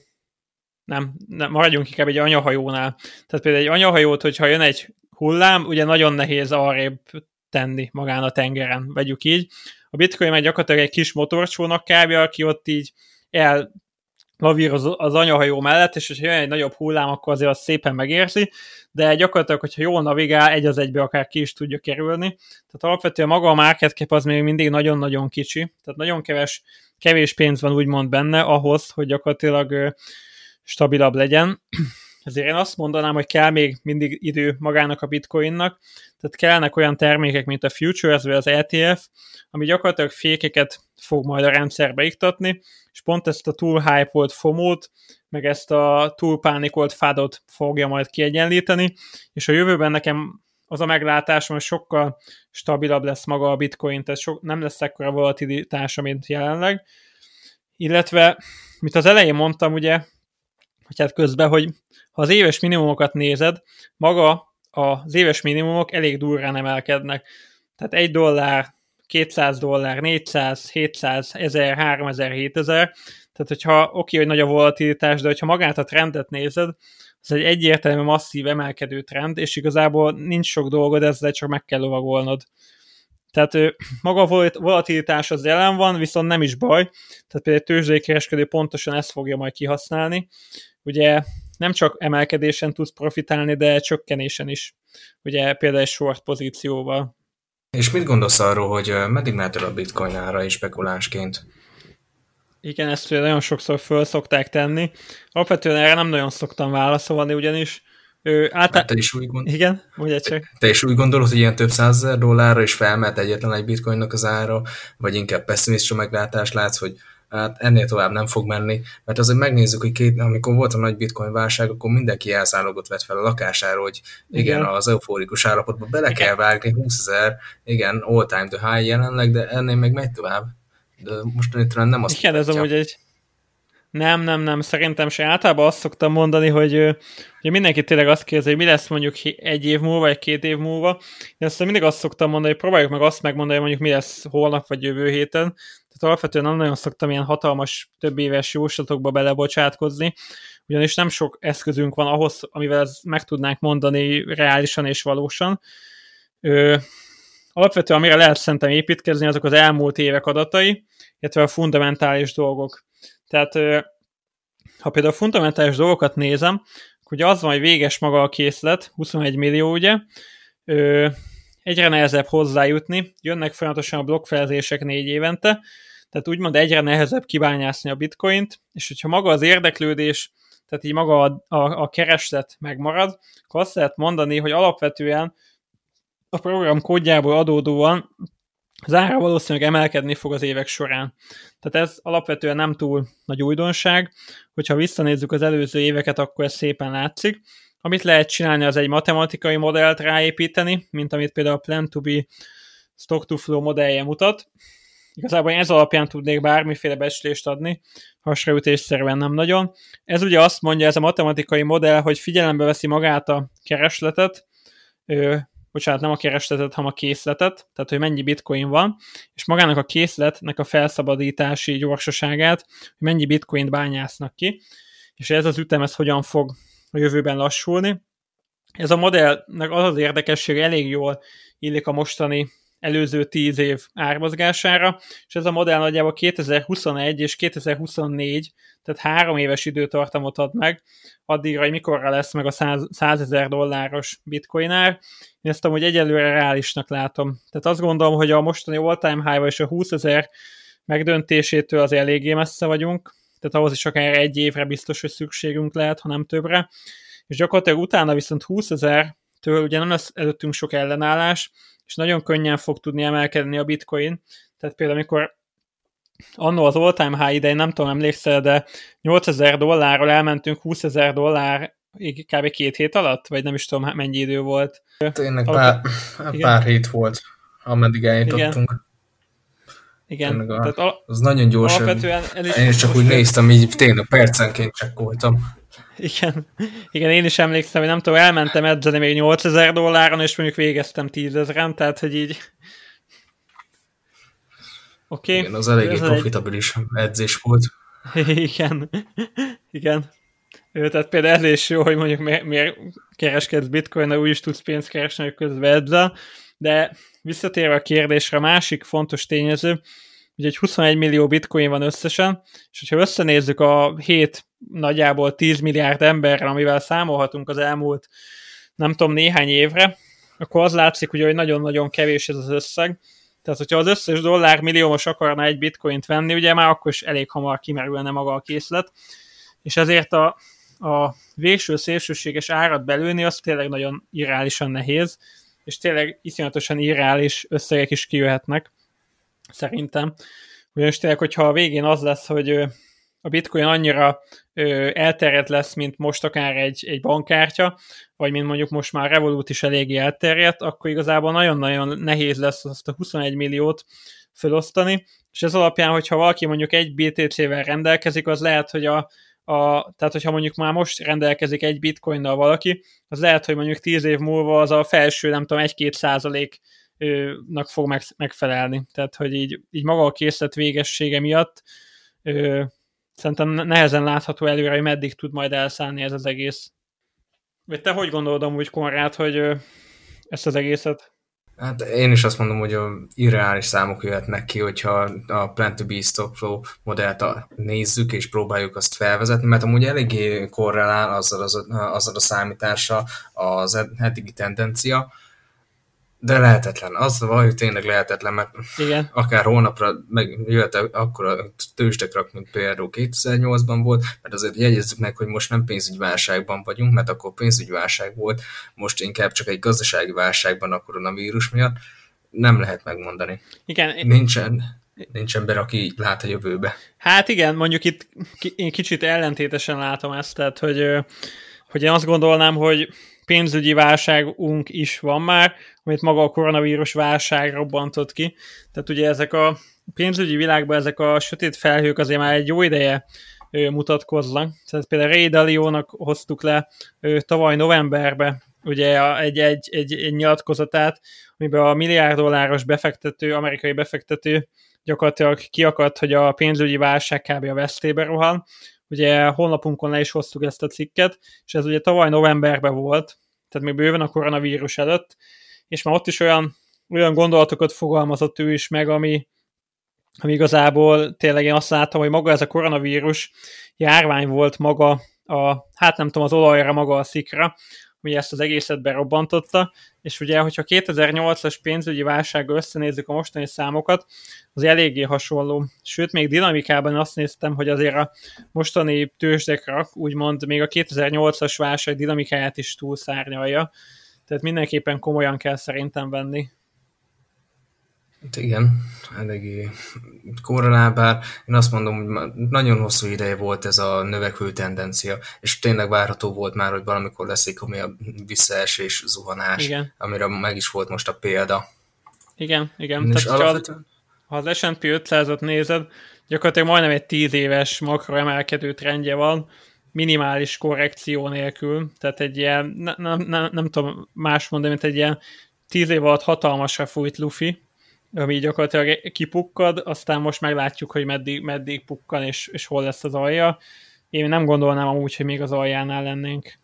nem, nem, maradjunk inkább egy anyahajónál. Tehát például egy anyahajót, hogyha jön egy hullám, ugye nagyon nehéz arrébb tenni magán a tengeren, vegyük így. A bitcoin meg gyakorlatilag egy kis motorcsónak kb., aki ott így el lavíroz az anyahajó mellett, és hogyha jön egy nagyobb hullám, akkor azért azt szépen megérzi, de gyakorlatilag, hogyha jól navigál, egy az egybe akár ki is tudja kerülni. Tehát alapvetően maga a market cap az még mindig nagyon-nagyon kicsi, tehát nagyon keves, kevés pénz van úgymond benne ahhoz, hogy gyakorlatilag ö, stabilabb legyen. Ezért én azt mondanám, hogy kell még mindig idő magának a bitcoinnak, tehát kellnek olyan termékek, mint a futures, vagy az é té ef, ami gyakorlatilag fékeket fog majd a rendszerbe iktatni, és pont ezt a túl hype-olt fomót, meg ezt a túl pánikolt fádot fogja majd kiegyenlíteni, és a jövőben nekem az a meglátásom, hogy sokkal stabilabb lesz maga a bitcoin, tehát so, nem lesz ekkora volatilitása, mint jelenleg. Illetve, mint az elején mondtam, ugye, hogy hát közben, hogy ha az éves minimumokat nézed, maga az éves minimumok elég durrán emelkednek. Tehát egy dollár, kétszáz dollár, négyszáz, hétszáz, ezer, háromezer, hétezer, Tehát, hogyha oké, okay, hogy nagy a volatilitás, de hogyha magát a trendet nézed, az egy egyértelmű masszív emelkedő trend, és igazából nincs sok dolgod ezzel, csak meg kell lovagolnod. Tehát maga a volatilitás az jelen van, viszont nem is baj. Tehát például egy tőzsdei kereskedő pontosan ezt fogja majd kihasználni. Ugye nem csak emelkedésen tudsz profitálni, de csökkenésen is. Ugye például egy short pozícióval. És mit gondolsz arról, hogy meddig mehet el a bitcoin ára is spekulánsként? Igen, ezt nagyon sokszor föl szokták tenni. Alapvetően erre nem nagyon szoktam válaszolni, ugyanis ő által... te is úgy gondol... Igen, ugye csak. Te is úgy gondolod, hogy ilyen több százezer dollárra is felmehet egyetlen egy bitcoinnak az ára, vagy inkább pessimista meglátást látsz, hogy hát ennél tovább nem fog menni, mert azért megnézzük, hogy két, amikor volt a nagy bitcoin válság, akkor mindenki elszállógot vett fel a lakására, hogy igen, igen. az eufórikus állapotba bele igen. kell vágni, húszezer, igen, all time to high jelenleg, de ennél még megy tovább. De mostanában talán nem azt igen, ez amúgy egy Nem, nem, nem, szerintem se. Általában azt szoktam mondani, hogy, hogy mindenki tényleg azt kérdezi, hogy mi lesz mondjuk egy év múlva, vagy két év múlva. Én azt mindig azt szoktam mondani, hogy próbáljuk meg azt megmondani, hogy mondjuk mi lesz holnap, vagy jövő héten. Tehát alapvetően nem nagyon szoktam ilyen hatalmas, több éves jóslatokba belebocsátkozni, ugyanis nem sok eszközünk van ahhoz, amivel ezt meg tudnánk mondani reálisan és valósan. Ö, alapvetően amire lehet szerintem építkezni, azok az elmúlt évek adatai, illetve a fundamentális dolgok. Tehát ha például a fundamentális dolgokat nézem, akkor ugye az van, hogy véges maga a készlet, huszonegy millió, ugye, egyre nehezebb hozzájutni, jönnek folyamatosan a blokkfelezések négy évente, tehát úgymond egyre nehezebb kibányászni a bitcoint, és hogyha maga az érdeklődés, tehát így maga a, a, a kereslet megmarad, akkor azt lehet mondani, hogy alapvetően a program kódjából adódóan az ára valószínűleg emelkedni fog az évek során. Tehát ez alapvetően nem túl nagy újdonság, hogyha visszanézzük az előző éveket, akkor ez szépen látszik. Amit lehet csinálni, az egy matematikai modellt ráépíteni, mint amit például a Plan to Be Stock to Flow modellje mutat. Igazából ez alapján tudnék bármiféle becslést adni, hasraütésszerűen nem nagyon. Ez ugye azt mondja, ez a matematikai modell, hogy figyelembe veszi magát a keresletet, bocsánat, nem a keresletet, hanem a készletet, tehát hogy mennyi bitcoin van, és magának a készletnek a felszabadítási gyorsaságát, hogy mennyi bitcoint bányásznak ki, és ez az ütem, ez hogyan fog a jövőben lassulni. Ez a modellnek az az érdekessége, elég jól illik a mostani előző tíz év ármozgására, és ez a modell nagyjából kétezer-huszonegy és kétezer-huszonnégy, tehát három éves időtartamot ad meg, addigra, hogy mikorra lesz meg a százezer dolláros bitcoin ár. Én ezt amúgy egyelőre reálisnak látom. Tehát azt gondolom, hogy a mostani all-time high és a húszezer megdöntésétől az eléggé messze vagyunk, tehát ahhoz is akár egy évre biztos, hogy szükségünk lehet, ha nem többre. És gyakorlatilag utána viszont húszezertől ugye nem lesz előttünk sok ellenállás, és nagyon könnyen fog tudni emelkedni a bitcoin. Tehát például amikor annó az all-time high idején, nem tudom, emlékszel, de nyolcezer dollárról elmentünk húszezer dollár kb. Két hét alatt? Vagy nem is tudom, mennyi idő volt. Tényleg pár, pár hét volt, ameddig eljutottunk. Igen. Igen. A, Tehát al- az nagyon gyorsan. Én is csak úgy néztem, így tényleg percenként csekkoltam. Igen. Igen, én is emlékszem, hogy nem tudom, elmentem edzeni még nyolcezer dolláron, és mondjuk végeztem tízezren, tehát hogy így... Oké. Okay. Igen, az eléggé profitabilis egy... edzés volt. Igen. Igen. Tehát például ez is jó, hogy mondjuk miért, miért kereskedsz bitcoin-nal, úgyis tudsz pénzt keresni, hogy közben edzel, de visszatérve a kérdésre, a másik fontos tényező, hogy egy huszonegy millió bitcoin van összesen, és hogyha összenézzük a hét nagyjából tíz milliárd emberrel, amivel számolhatunk az elmúlt, nem tudom, néhány évre, akkor az látszik, ugye, hogy nagyon-nagyon kevés ez az összeg. Tehát, hogyha az összes dollár milliómos akarna egy bitcoint venni, ugye már akkor is elég hamar kimerülne maga a készlet, és ezért a, a végső szélsőséges árat belőni, az tényleg nagyon irreálisan nehéz, és tényleg iszonyatosan irreális összegek is kijöhetnek, szerintem. Ugyanis tényleg, hogyha a végén az lesz, hogy a bitcoin annyira elterjedt lesz, mint most akár egy, egy bankkártya, vagy mint mondjuk most már Revolut is eléggé elterjedt, akkor igazából nagyon-nagyon nehéz lesz azt a huszonegy milliót felosztani, és ez alapján, hogyha valaki mondjuk egy bé té cé-vel rendelkezik, az lehet, hogy a, a tehát hogyha mondjuk már most rendelkezik egy bitcoinnal valaki, az lehet, hogy mondjuk tíz év múlva az a felső, nem tudom, egy-két százalék nak fog meg, megfelelni. Tehát, hogy így, így maga a készlet végessége miatt ö, szerintem nehezen látható előre, hogy meddig tud majd elszállni ez az egész. Vagy te hogy gondolod amúgy, Konrád, hogy ezt az egészet? Hát én is azt mondom, hogy a irreális számok jöhetnek ki, hogyha a Plan to Be Stop Flow modellt nézzük és próbáljuk azt felvezetni, mert amúgy eléggé korrelál azzal, az, azzal a számítással az eddigi tendencia, de lehetetlen. Az a baj, hogy tényleg lehetetlen, mert igen. Akár holnapra megjöhet akkor a tőzsdekrak, mint például kétezer-nyolcban volt, mert azért jegyezzük meg, hogy most nem pénzügyválságban vagyunk, mert akkor pénzügyválság volt, most inkább csak egy gazdasági válságban a koronavírus miatt. Nem lehet megmondani. Igen. Nincsen, nincs ember, aki lát a jövőbe. Hát igen, mondjuk itt én kicsit ellentétesen látom ezt, tehát hogy, hogy én azt gondolnám, hogy pénzügyi válságunk is van már, amit maga a koronavírus válság robbantott ki. Tehát ugye ezek a pénzügyi világban ezek a sötét felhők azért már egy jó ideje ö, mutatkoznak. Tehát például Ray Dalio-nak hoztuk le ö, tavaly novemberben ugye egy, egy, egy, egy nyilatkozatát, amiben a milliárd dolláros befektető, amerikai befektető gyakorlatilag kiakadt, hogy a pénzügyi válság kb. A vesztébe rohan. Ugye honlapunkon le is hoztuk ezt a cikket, és ez ugye tavaly novemberben volt, tehát még bőven a koronavírus előtt, és már ott is olyan, olyan gondolatokat fogalmazott ő is meg, ami, ami igazából tényleg én azt láttam, hogy maga ez a koronavírus járvány volt maga, a, hát nem tudom, az olajra, maga a szikra, ami ezt az egészet berobbantotta, és ugye, hogyha kétezer-nyolcas pénzügyi válsággal összenézzük a mostani számokat, az eléggé hasonló. Sőt, még dinamikában azt néztem, hogy azért a mostani tőzsdekrak, úgymond még a kétezer-nyolcas válság dinamikáját is túlszárnyalja, tehát mindenképpen komolyan kell szerintem venni. Igen, eléggé korrelál, bár én azt mondom, hogy nagyon hosszú ideje volt ez a növekvő tendencia, és tényleg várható volt már, hogy valamikor lesz egy komoly visszaesés, zuhanás, igen. amire meg is volt most a példa. Igen, igen. És Tehát alapvetően... ha az es and pé ötszázat nézed, gyakorlatilag majdnem egy tíz éves makroemelkedő trendje van, minimális korrekció nélkül, tehát egy ilyen, ne, ne, ne, nem tudom más mondani, mint egy ilyen tíz év alatt hatalmasra fújt lufi, ami gyakorlatilag kipukkad, aztán most meglátjuk, hogy meddig, meddig pukkan, és, és hol lesz az alja. Én nem gondolnám amúgy, hogy még az aljánál lennénk.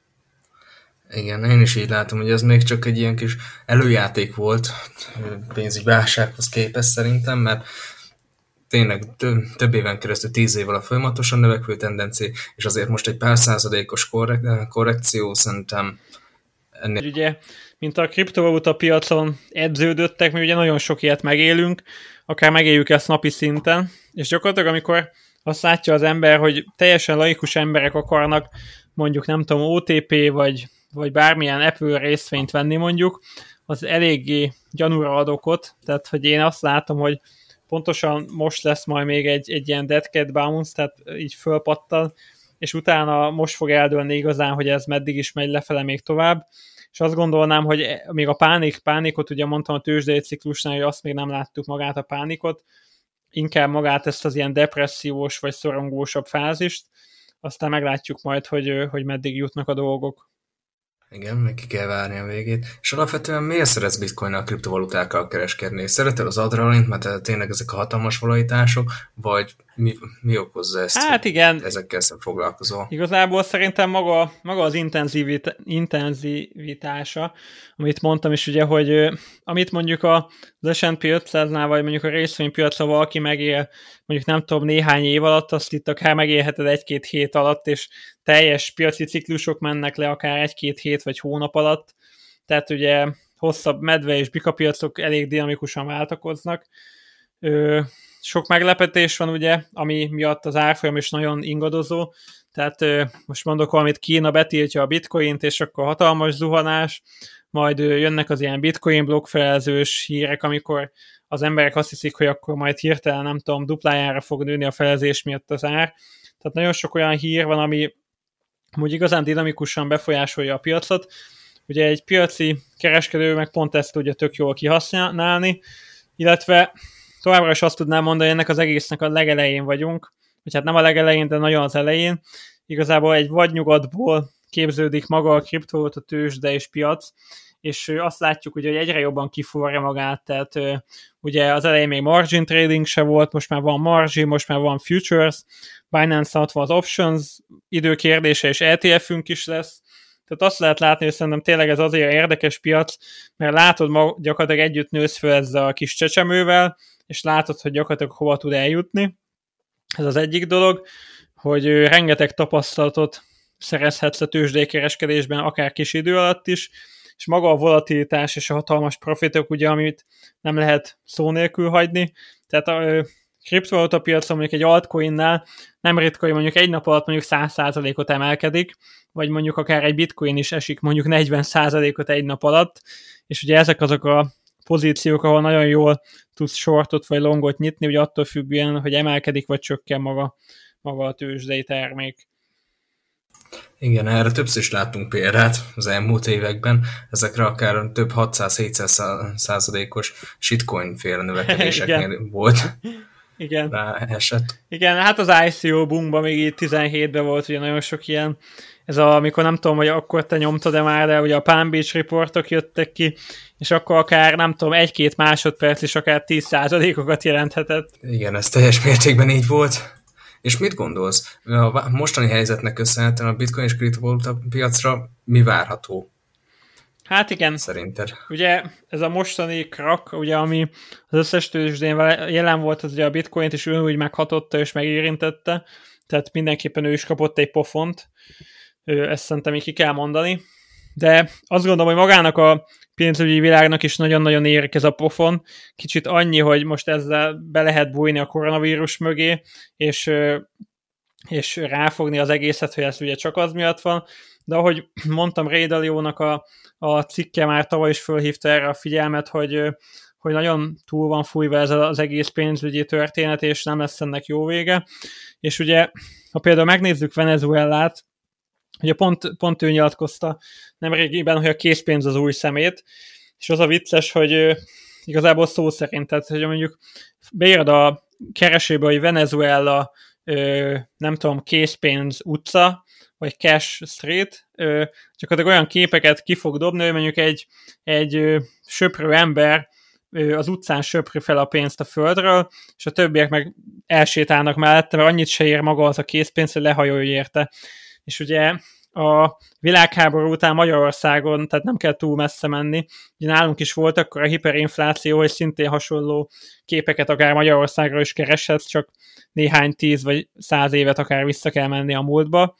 Igen, én is így látom, hogy ez még csak egy ilyen kis előjáték volt pénzügyi válsághoz képest szerintem, mert tényleg több éven keresztül, tíz év alatt folyamatosan növekvő tendencia, és azért most egy pár százalékos korrek- korrekció szerintem ennél... Ugye, mint a kriptovaluta piacon edződöttek, mi ugye nagyon sok ilyet megélünk, akár megéljük ezt napi szinten, és gyakorlatilag amikor azt látja az ember, hogy teljesen laikus emberek akarnak mondjuk nem tudom, o té pé vagy, vagy bármilyen Apple részvényt venni mondjuk, az eléggé gyanúra ad okot, tehát hogy én azt látom, hogy pontosan most lesz majd még egy, egy ilyen dead cat bounce, tehát így fölpattal, és utána most fog eldőlni igazán, hogy ez meddig is megy lefele még tovább, és azt gondolnám, hogy még a pánik, pánikot, ugye mondtam a tőzsdei ciklusnál, hogy azt még nem láttuk magát a pánikot, inkább magát ezt az ilyen depressziós vagy szorongósabb fázist, aztán meglátjuk majd, hogy, hogy meddig jutnak a dolgok. Igen, meg ki kell várni a végét. És alapvetően miért szeretsz bitcoinnal, kriptovalutákkal kereskedni? Szereted az adrenalint, mert tényleg ezek a hatalmas volatilitások, vagy mi, mi okozza ezt? Hát igen. Ezekkel foglalkozol. Igazából szerintem maga, maga az intenzivit, intenzivitása, amit mondtam is ugye, hogy amit mondjuk az es and pé ötszáznál, vagy mondjuk a részvénypiacra valaki megél, mondjuk nem tudom, néhány év alatt, azt itt akár megélheted egy-két hét alatt, és teljes piaci ciklusok mennek le akár egy-két hét vagy hónap alatt, tehát ugye hosszabb medve és bikapiacok elég dinamikusan váltakoznak. Ö, sok meglepetés van ugye, ami miatt az árfolyam is nagyon ingadozó, tehát ö, most mondok valamit, Kína betiltja a bitcoint, és akkor hatalmas zuhanás, majd ö, jönnek az ilyen bitcoin blokkfelezős hírek, amikor az emberek azt hiszik, hogy akkor majd hirtelen, nem tudom, duplájára fog nőni a felezés miatt az ár. Tehát nagyon sok olyan hír van, ami úgy igazán dinamikusan befolyásolja a piacot. Ugye egy piaci kereskedő meg pont ezt tudja tök jól kihasználni, illetve továbbra is azt tudnám mondani, hogy ennek az egésznek a legelején vagyunk, vagy hát nem a legelején, de nagyon az elején. Igazából egy vadnyugatból képződik maga a kriptovaluta tőzsde és piac, és azt látjuk, ugye, hogy egyre jobban kiforja magát, tehát ugye az elején még margin trading se volt, most már van margin, most már van futures, Binance alatt van az options időkérdése, és é té ef-ünk is lesz. Tehát azt lehet látni, hogy szerintem tényleg ez azért érdekes piac, mert látod, ma gyakorlatilag együtt nősz föl ezzel a kis csecsemővel, és látod, hogy gyakorlatilag hova tud eljutni. Ez az egyik dolog, hogy rengeteg tapasztalatot szerezhetsz a tőzsdei kereskedésben, akár kis idő alatt is, és maga a volatilitás és a hatalmas profitok, ugye, amit nem lehet szó nélkül hagyni. Tehát a kriptovaluta piacon mondjuk egy altcoinnál nem ritka, hogy mondjuk egy nap alatt mondjuk száz százalékot emelkedik, vagy mondjuk akár egy bitcoin is esik mondjuk negyven százalékot egy nap alatt, és ugye ezek azok a pozíciók, ahol nagyon jól tudsz shortot vagy longot nyitni, ugye attól függően, hogy emelkedik vagy csökken maga, maga a tőzsdei termék. Igen, erre többször is láttunk példát az elmúlt években, ezekre akár több hatszáz-hétszáz százalékos shitcoin féle növekedéseknél volt. Igen. Rá esett. Igen, hát az i cé o boomban még így tizenhétben volt ugye nagyon sok ilyen, ez a, amikor nem tudom, hogy akkor te nyomtad-e már, de ugye a Palm Beach reportok jöttek ki, és akkor akár, nem tudom, egy-két másodperc is akár tíz százalékokat jelenthetett. Igen, ez teljes mértékben így volt. És mit gondolsz? A mostani helyzetnek köszönhetően a bitcoin és kriptovaluta piacra mi várható? Hát igen. Szerinted? Ugye ez a mostani krak, ugye, ami az összes tőzsdén jelen volt, az ugye a bitcoint is úgy meghatotta és megérintette, tehát mindenképpen ő is kapott egy pofont, ezt szerintem így ki kell mondani. De azt gondolom, hogy magának a pénzügyi világnak is nagyon-nagyon érik ez a pofon. Kicsit annyi, hogy most ezzel be lehet bújni a koronavírus mögé, és, és ráfogni az egészet, hogy ez ugye csak az miatt van. De ahogy mondtam, Ray Dalio-nak a, a cikke már tavaly is fölhívta erre a figyelmet, hogy, hogy nagyon túl van fújva ez az egész pénzügyi történet, és nem lesz ennek jó vége. És ugye, ha például megnézzük Venezuelát, ugye pont, pont ő nyilatkozta nemrégiben, hogy a készpénz az új szemét, és az a vicces, hogy igazából szó szerint, tehát hogy mondjuk beírd a keresőbe, hogy Venezuela, nem tudom, készpénz utca, vagy Cash Street, csak olyan képeket ki fog dobni, hogy mondjuk egy, egy söprő ember az utcán söpri fel a pénzt a földről, és a többiek meg elsétálnak mellette, mert annyit se ér maga az a készpénz, hogy lehajolj érte. És ugye a világháború után Magyarországon, tehát nem kell túl messze menni, ugye nálunk is volt akkor a hiperinfláció, hogy szintén hasonló képeket akár Magyarországra is kereshetsz, csak néhány tíz vagy száz évet akár vissza kell menni a múltba.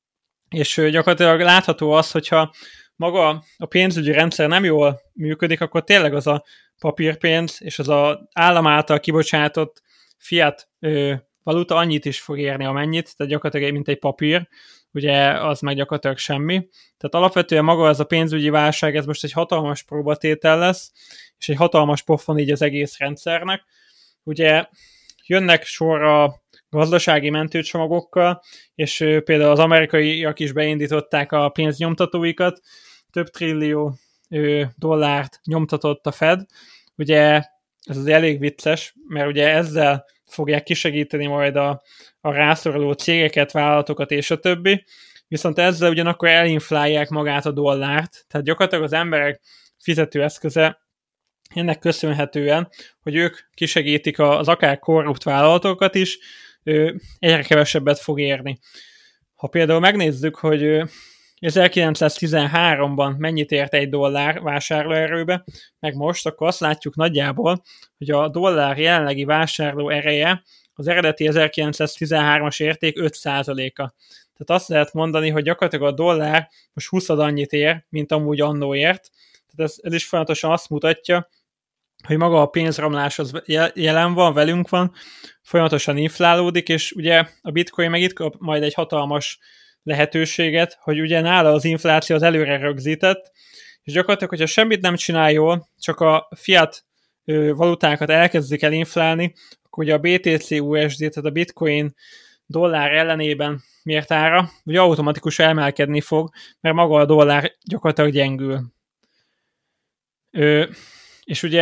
És gyakorlatilag látható az, hogyha maga a pénzügyi rendszer nem jól működik, akkor tényleg az a papírpénz és az az állam által kibocsátott fiat ö, valuta annyit is fog érni, amennyit, tehát gyakorlatilag mint egy papír, ugye az meg gyakorlatilag semmi. Tehát alapvetően maga ez a pénzügyi válság, ez most egy hatalmas próbatétel lesz, és egy hatalmas pofon így az egész rendszernek. Ugye jönnek sorra gazdasági mentőcsomagokkal, és például az amerikaiak is beindították a pénznyomtatóikat, több trillió dollárt nyomtatott a Fed. Ugye ez az elég vicces, mert ugye ezzel fogják kisegíteni majd a, a rászoruló cégeket, vállalatokat és a többi, viszont ezzel ugyanakkor elinflálják magát a dollárt, tehát gyakorlatilag az emberek fizetőeszköze ennek köszönhetően, hogy ők kisegítik az akár korrupt vállalatokat is, egyre kevesebbet fog érni. Ha például megnézzük, hogy ezerkilencszáztizenháromban mennyit ért egy dollár vásárlóerőbe, meg most, akkor azt látjuk nagyjából, hogy a dollár jelenlegi vásárló ereje az eredeti ezerkilencszáztizenhármas érték öt százaléka. Tehát azt lehet mondani, hogy gyakorlatilag a dollár most huszad annyit ér, mint amúgy annó ért. Tehát ez, ez is folyamatosan azt mutatja, hogy maga a pénzromlás az jelen van, velünk van, folyamatosan inflálódik, és ugye a bitcoin meg itt kap majd egy hatalmas lehetőséget, hogy ugye nála az infláció az előre rögzített, és gyakorlatilag, hogyha semmit nem csinál jól, csak a fiat valutákat elkezdik el inflálni, akkor ugye a bé té cé u es dé, tehát a bitcoin dollár ellenében mért ára, ugye automatikusan emelkedni fog, mert maga a dollár gyakorlatilag gyengül. Ö, és ugye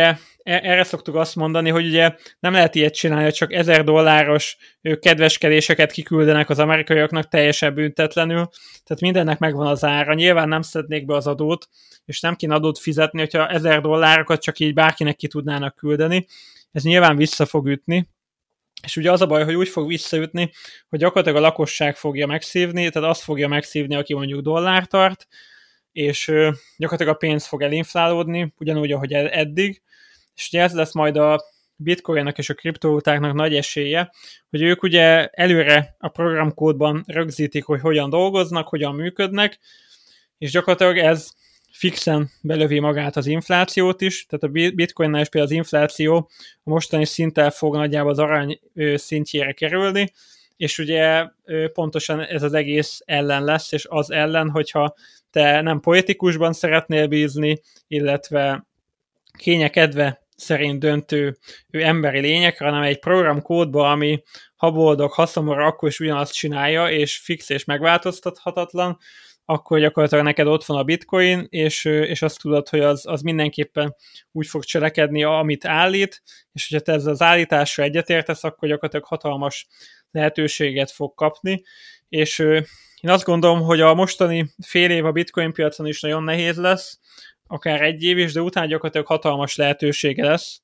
erre szoktuk azt mondani, hogy ugye nem lehet ilyet csinálni, hogy csak ezer dolláros kedveskedéseket kiküldenek az amerikaiaknak teljesen büntetlenül, tehát mindennek megvan az ára. Nyilván nem szednék be az adót, és nem kéne adót fizetni, hogyha ezer dollárokat csak így bárkinek ki tudnának küldeni. Ez nyilván vissza fog ütni, és ugye az a baj, hogy úgy fog visszaütni, hogy gyakorlatilag a lakosság fogja megszívni, tehát azt fogja megszívni, aki mondjuk dollár tart, és gyakorlatilag a pénz fog elinflálódni, ugyanúgy, ahogy eddig, és ugye ez lesz majd a bitcoinnak és a kriptovalutáknak nagy esélye, hogy ők ugye előre a programkódban rögzítik, hogy hogyan dolgoznak, hogyan működnek, és gyakorlatilag ez fixen belövi magát az inflációt is, tehát a bitcoinnál is például az infláció a mostani szinttel fog nagyjából az arany szintjére kerülni, és ugye pontosan ez az egész ellen lesz, és az ellen, hogyha te nem politikusban szeretnél bízni, illetve kényekedve szerint döntő ő emberi lényekre, hanem egy programkódba, ami ha boldog, ha szomorú, akkor is ugyanazt csinálja, és fix és megváltoztathatatlan, akkor gyakorlatilag neked ott van a bitcoin, és, és azt tudod, hogy az, az mindenképpen úgy fog cselekedni, amit állít, és hogyha te ezzel az állításra egyetértesz, akkor gyakorlatilag hatalmas lehetőséget fog kapni, és én azt gondolom, hogy a mostani fél év a bitcoin piacon is nagyon nehéz lesz, akár egy év is, de utána gyakorlatilag hatalmas lehetősége lesz.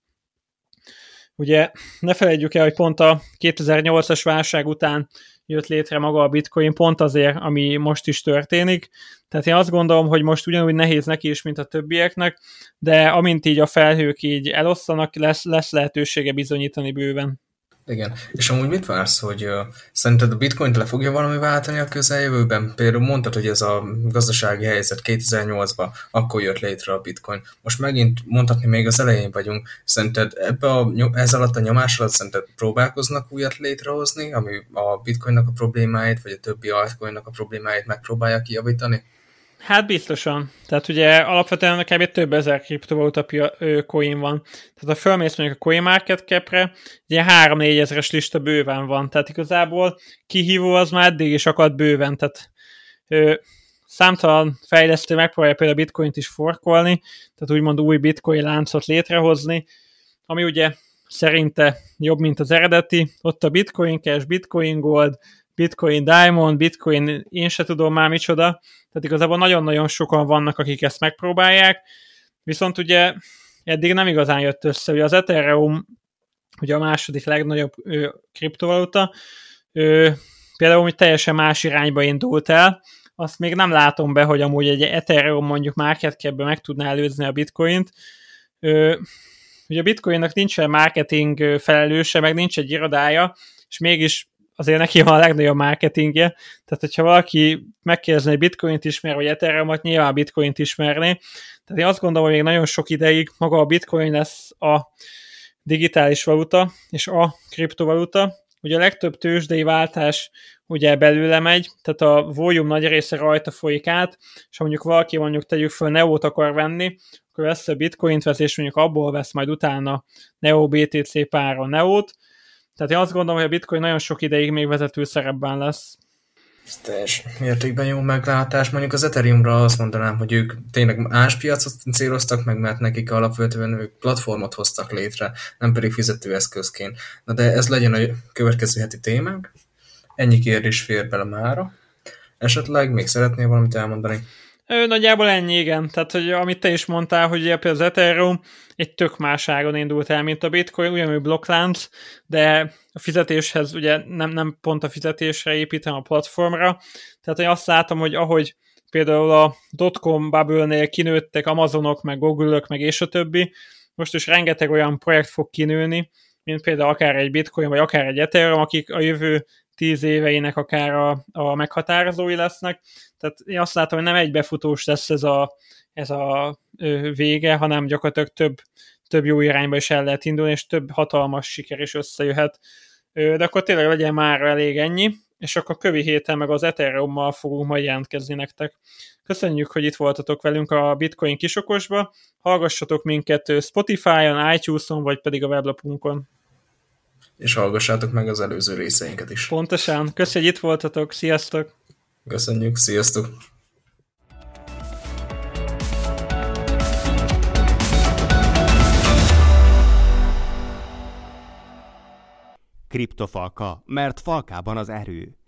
Ugye ne felejtjük el, hogy pont a kétezer-nyolcas válság után jött létre maga a bitcoin, pont azért, ami most is történik. Tehát én azt gondolom, hogy most ugyanúgy nehéz neki is, mint a többieknek, de amint így a felhők így elosztanak, lesz, lesz lehetősége bizonyítani bőven. Igen, és amúgy mit vársz, hogy uh, szerinted a bitcoint le fogja valami váltani a közeljövőben? Például mondtad, hogy ez a gazdasági helyzet kétezer-nyolcban, akkor jött létre a bitcoin. Most megint mondhatni, még az elején vagyunk. Szerinted ebbe a, ez alatt a nyomás alatt szerinted próbálkoznak újat létrehozni, ami a bitcoinnak a problémáit, vagy a többi altcoinnak a problémáit megpróbálja kijavítani? Hát biztosan. Tehát ugye alapvetően kb. Több ezer kriptovaluta coin van. Tehát ha fölmész mondjuk a CoinMarketCap-re, ugye három-négy ezeres lista bőven van. Tehát igazából kihívó az már eddig is akadt bőven. Tehát ö, számtalan fejlesztő megpróbálja például a bitcoint is forkolni, tehát úgymond új bitcoin láncot létrehozni, ami ugye szerinte jobb, mint az eredeti. Ott a Bitcoin Cash, Bitcoin Gold, Bitcoin Diamond, Bitcoin, én se tudom már micsoda, tehát igazából nagyon-nagyon sokan vannak, akik ezt megpróbálják, viszont ugye eddig nem igazán jött össze, ugye az Ethereum ugye a második legnagyobb ö, kriptovaluta, ö, például hogy teljesen más irányba indult el, azt még nem látom be, hogy amúgy egy Ethereum mondjuk market cap-ben meg tudná előzni a Bitcoint. Ö, ugye a Bitcoinnak nincsen marketing felelőse, meg nincs egy irodája, és mégis azért neki van a legnagyobb marketingje, tehát hogyha valaki megkérdezne, hogy Bitcoint ismer, vagy Ethereumot, nyilván Bitcoint ismerné. Tehát én azt gondolom, hogy még nagyon sok ideig maga a Bitcoin lesz a digitális valuta, és a kriptovaluta. Ugye a legtöbb tőzsdei váltás ugye belőle megy, tehát a volume nagy része rajta folyik át, és ha mondjuk valaki mondjuk tegyük föl Neót akar venni, akkor vesz a Bitcoint vesz, és mondjuk abból vesz majd utána Neo bé té cé páron Neót. Tehát én azt gondolom, hogy a Bitcoin nagyon sok ideig még vezető szerepben lesz. Ez teljes mértékben jó meglátás. Mondjuk az Ethereumra azt mondanám, hogy ők tényleg áspiacot céloztak meg, mert nekik alapvetően ők platformot hoztak létre, nem pedig fizetőeszközként. Na de ez legyen a következő heti témánk. Ennyi kérdés fér bele mára. Esetleg még szeretnél valamit elmondani? Ő, nagyjából ennyi, igen. Tehát, hogy amit te is mondtál, hogy például az Ethereum egy tök más ágon indult el, mint a Bitcoin, ugyanúgy blokklánc, de a fizetéshez ugye nem, nem pont a fizetésre építem a platformra. Tehát én azt látom, hogy ahogy például a dotcom bubble-nél kinőttek Amazonok, meg Google-ök, meg és a többi, most is rengeteg olyan projekt fog kinőni, mint például akár egy Bitcoin, vagy akár egy Ethereum, akik a jövő tíz éveinek akár a, a meghatározói lesznek. Tehát én azt látom, hogy nem egybefutós lesz ez a, ez a vége, hanem gyakorlatilag több, több jó irányba is el lehet indulni, és több hatalmas siker is összejöhet. De akkor tényleg legyen már elég ennyi, és akkor kövi héten meg az Ethereummal fogunk majd jelentkezni nektek. Köszönjük, hogy itt voltatok velünk a Bitcoin kisokosba. Hallgassatok minket Spotify-on, iTunes-on, vagy pedig a weblapunkon. És hallgassátok meg az előző részeinket is. Pontosan. Köszönjük, hogy itt voltatok. Sziasztok! Köszönjük, sziasztok! Kriptofalka, mert falkában az erő.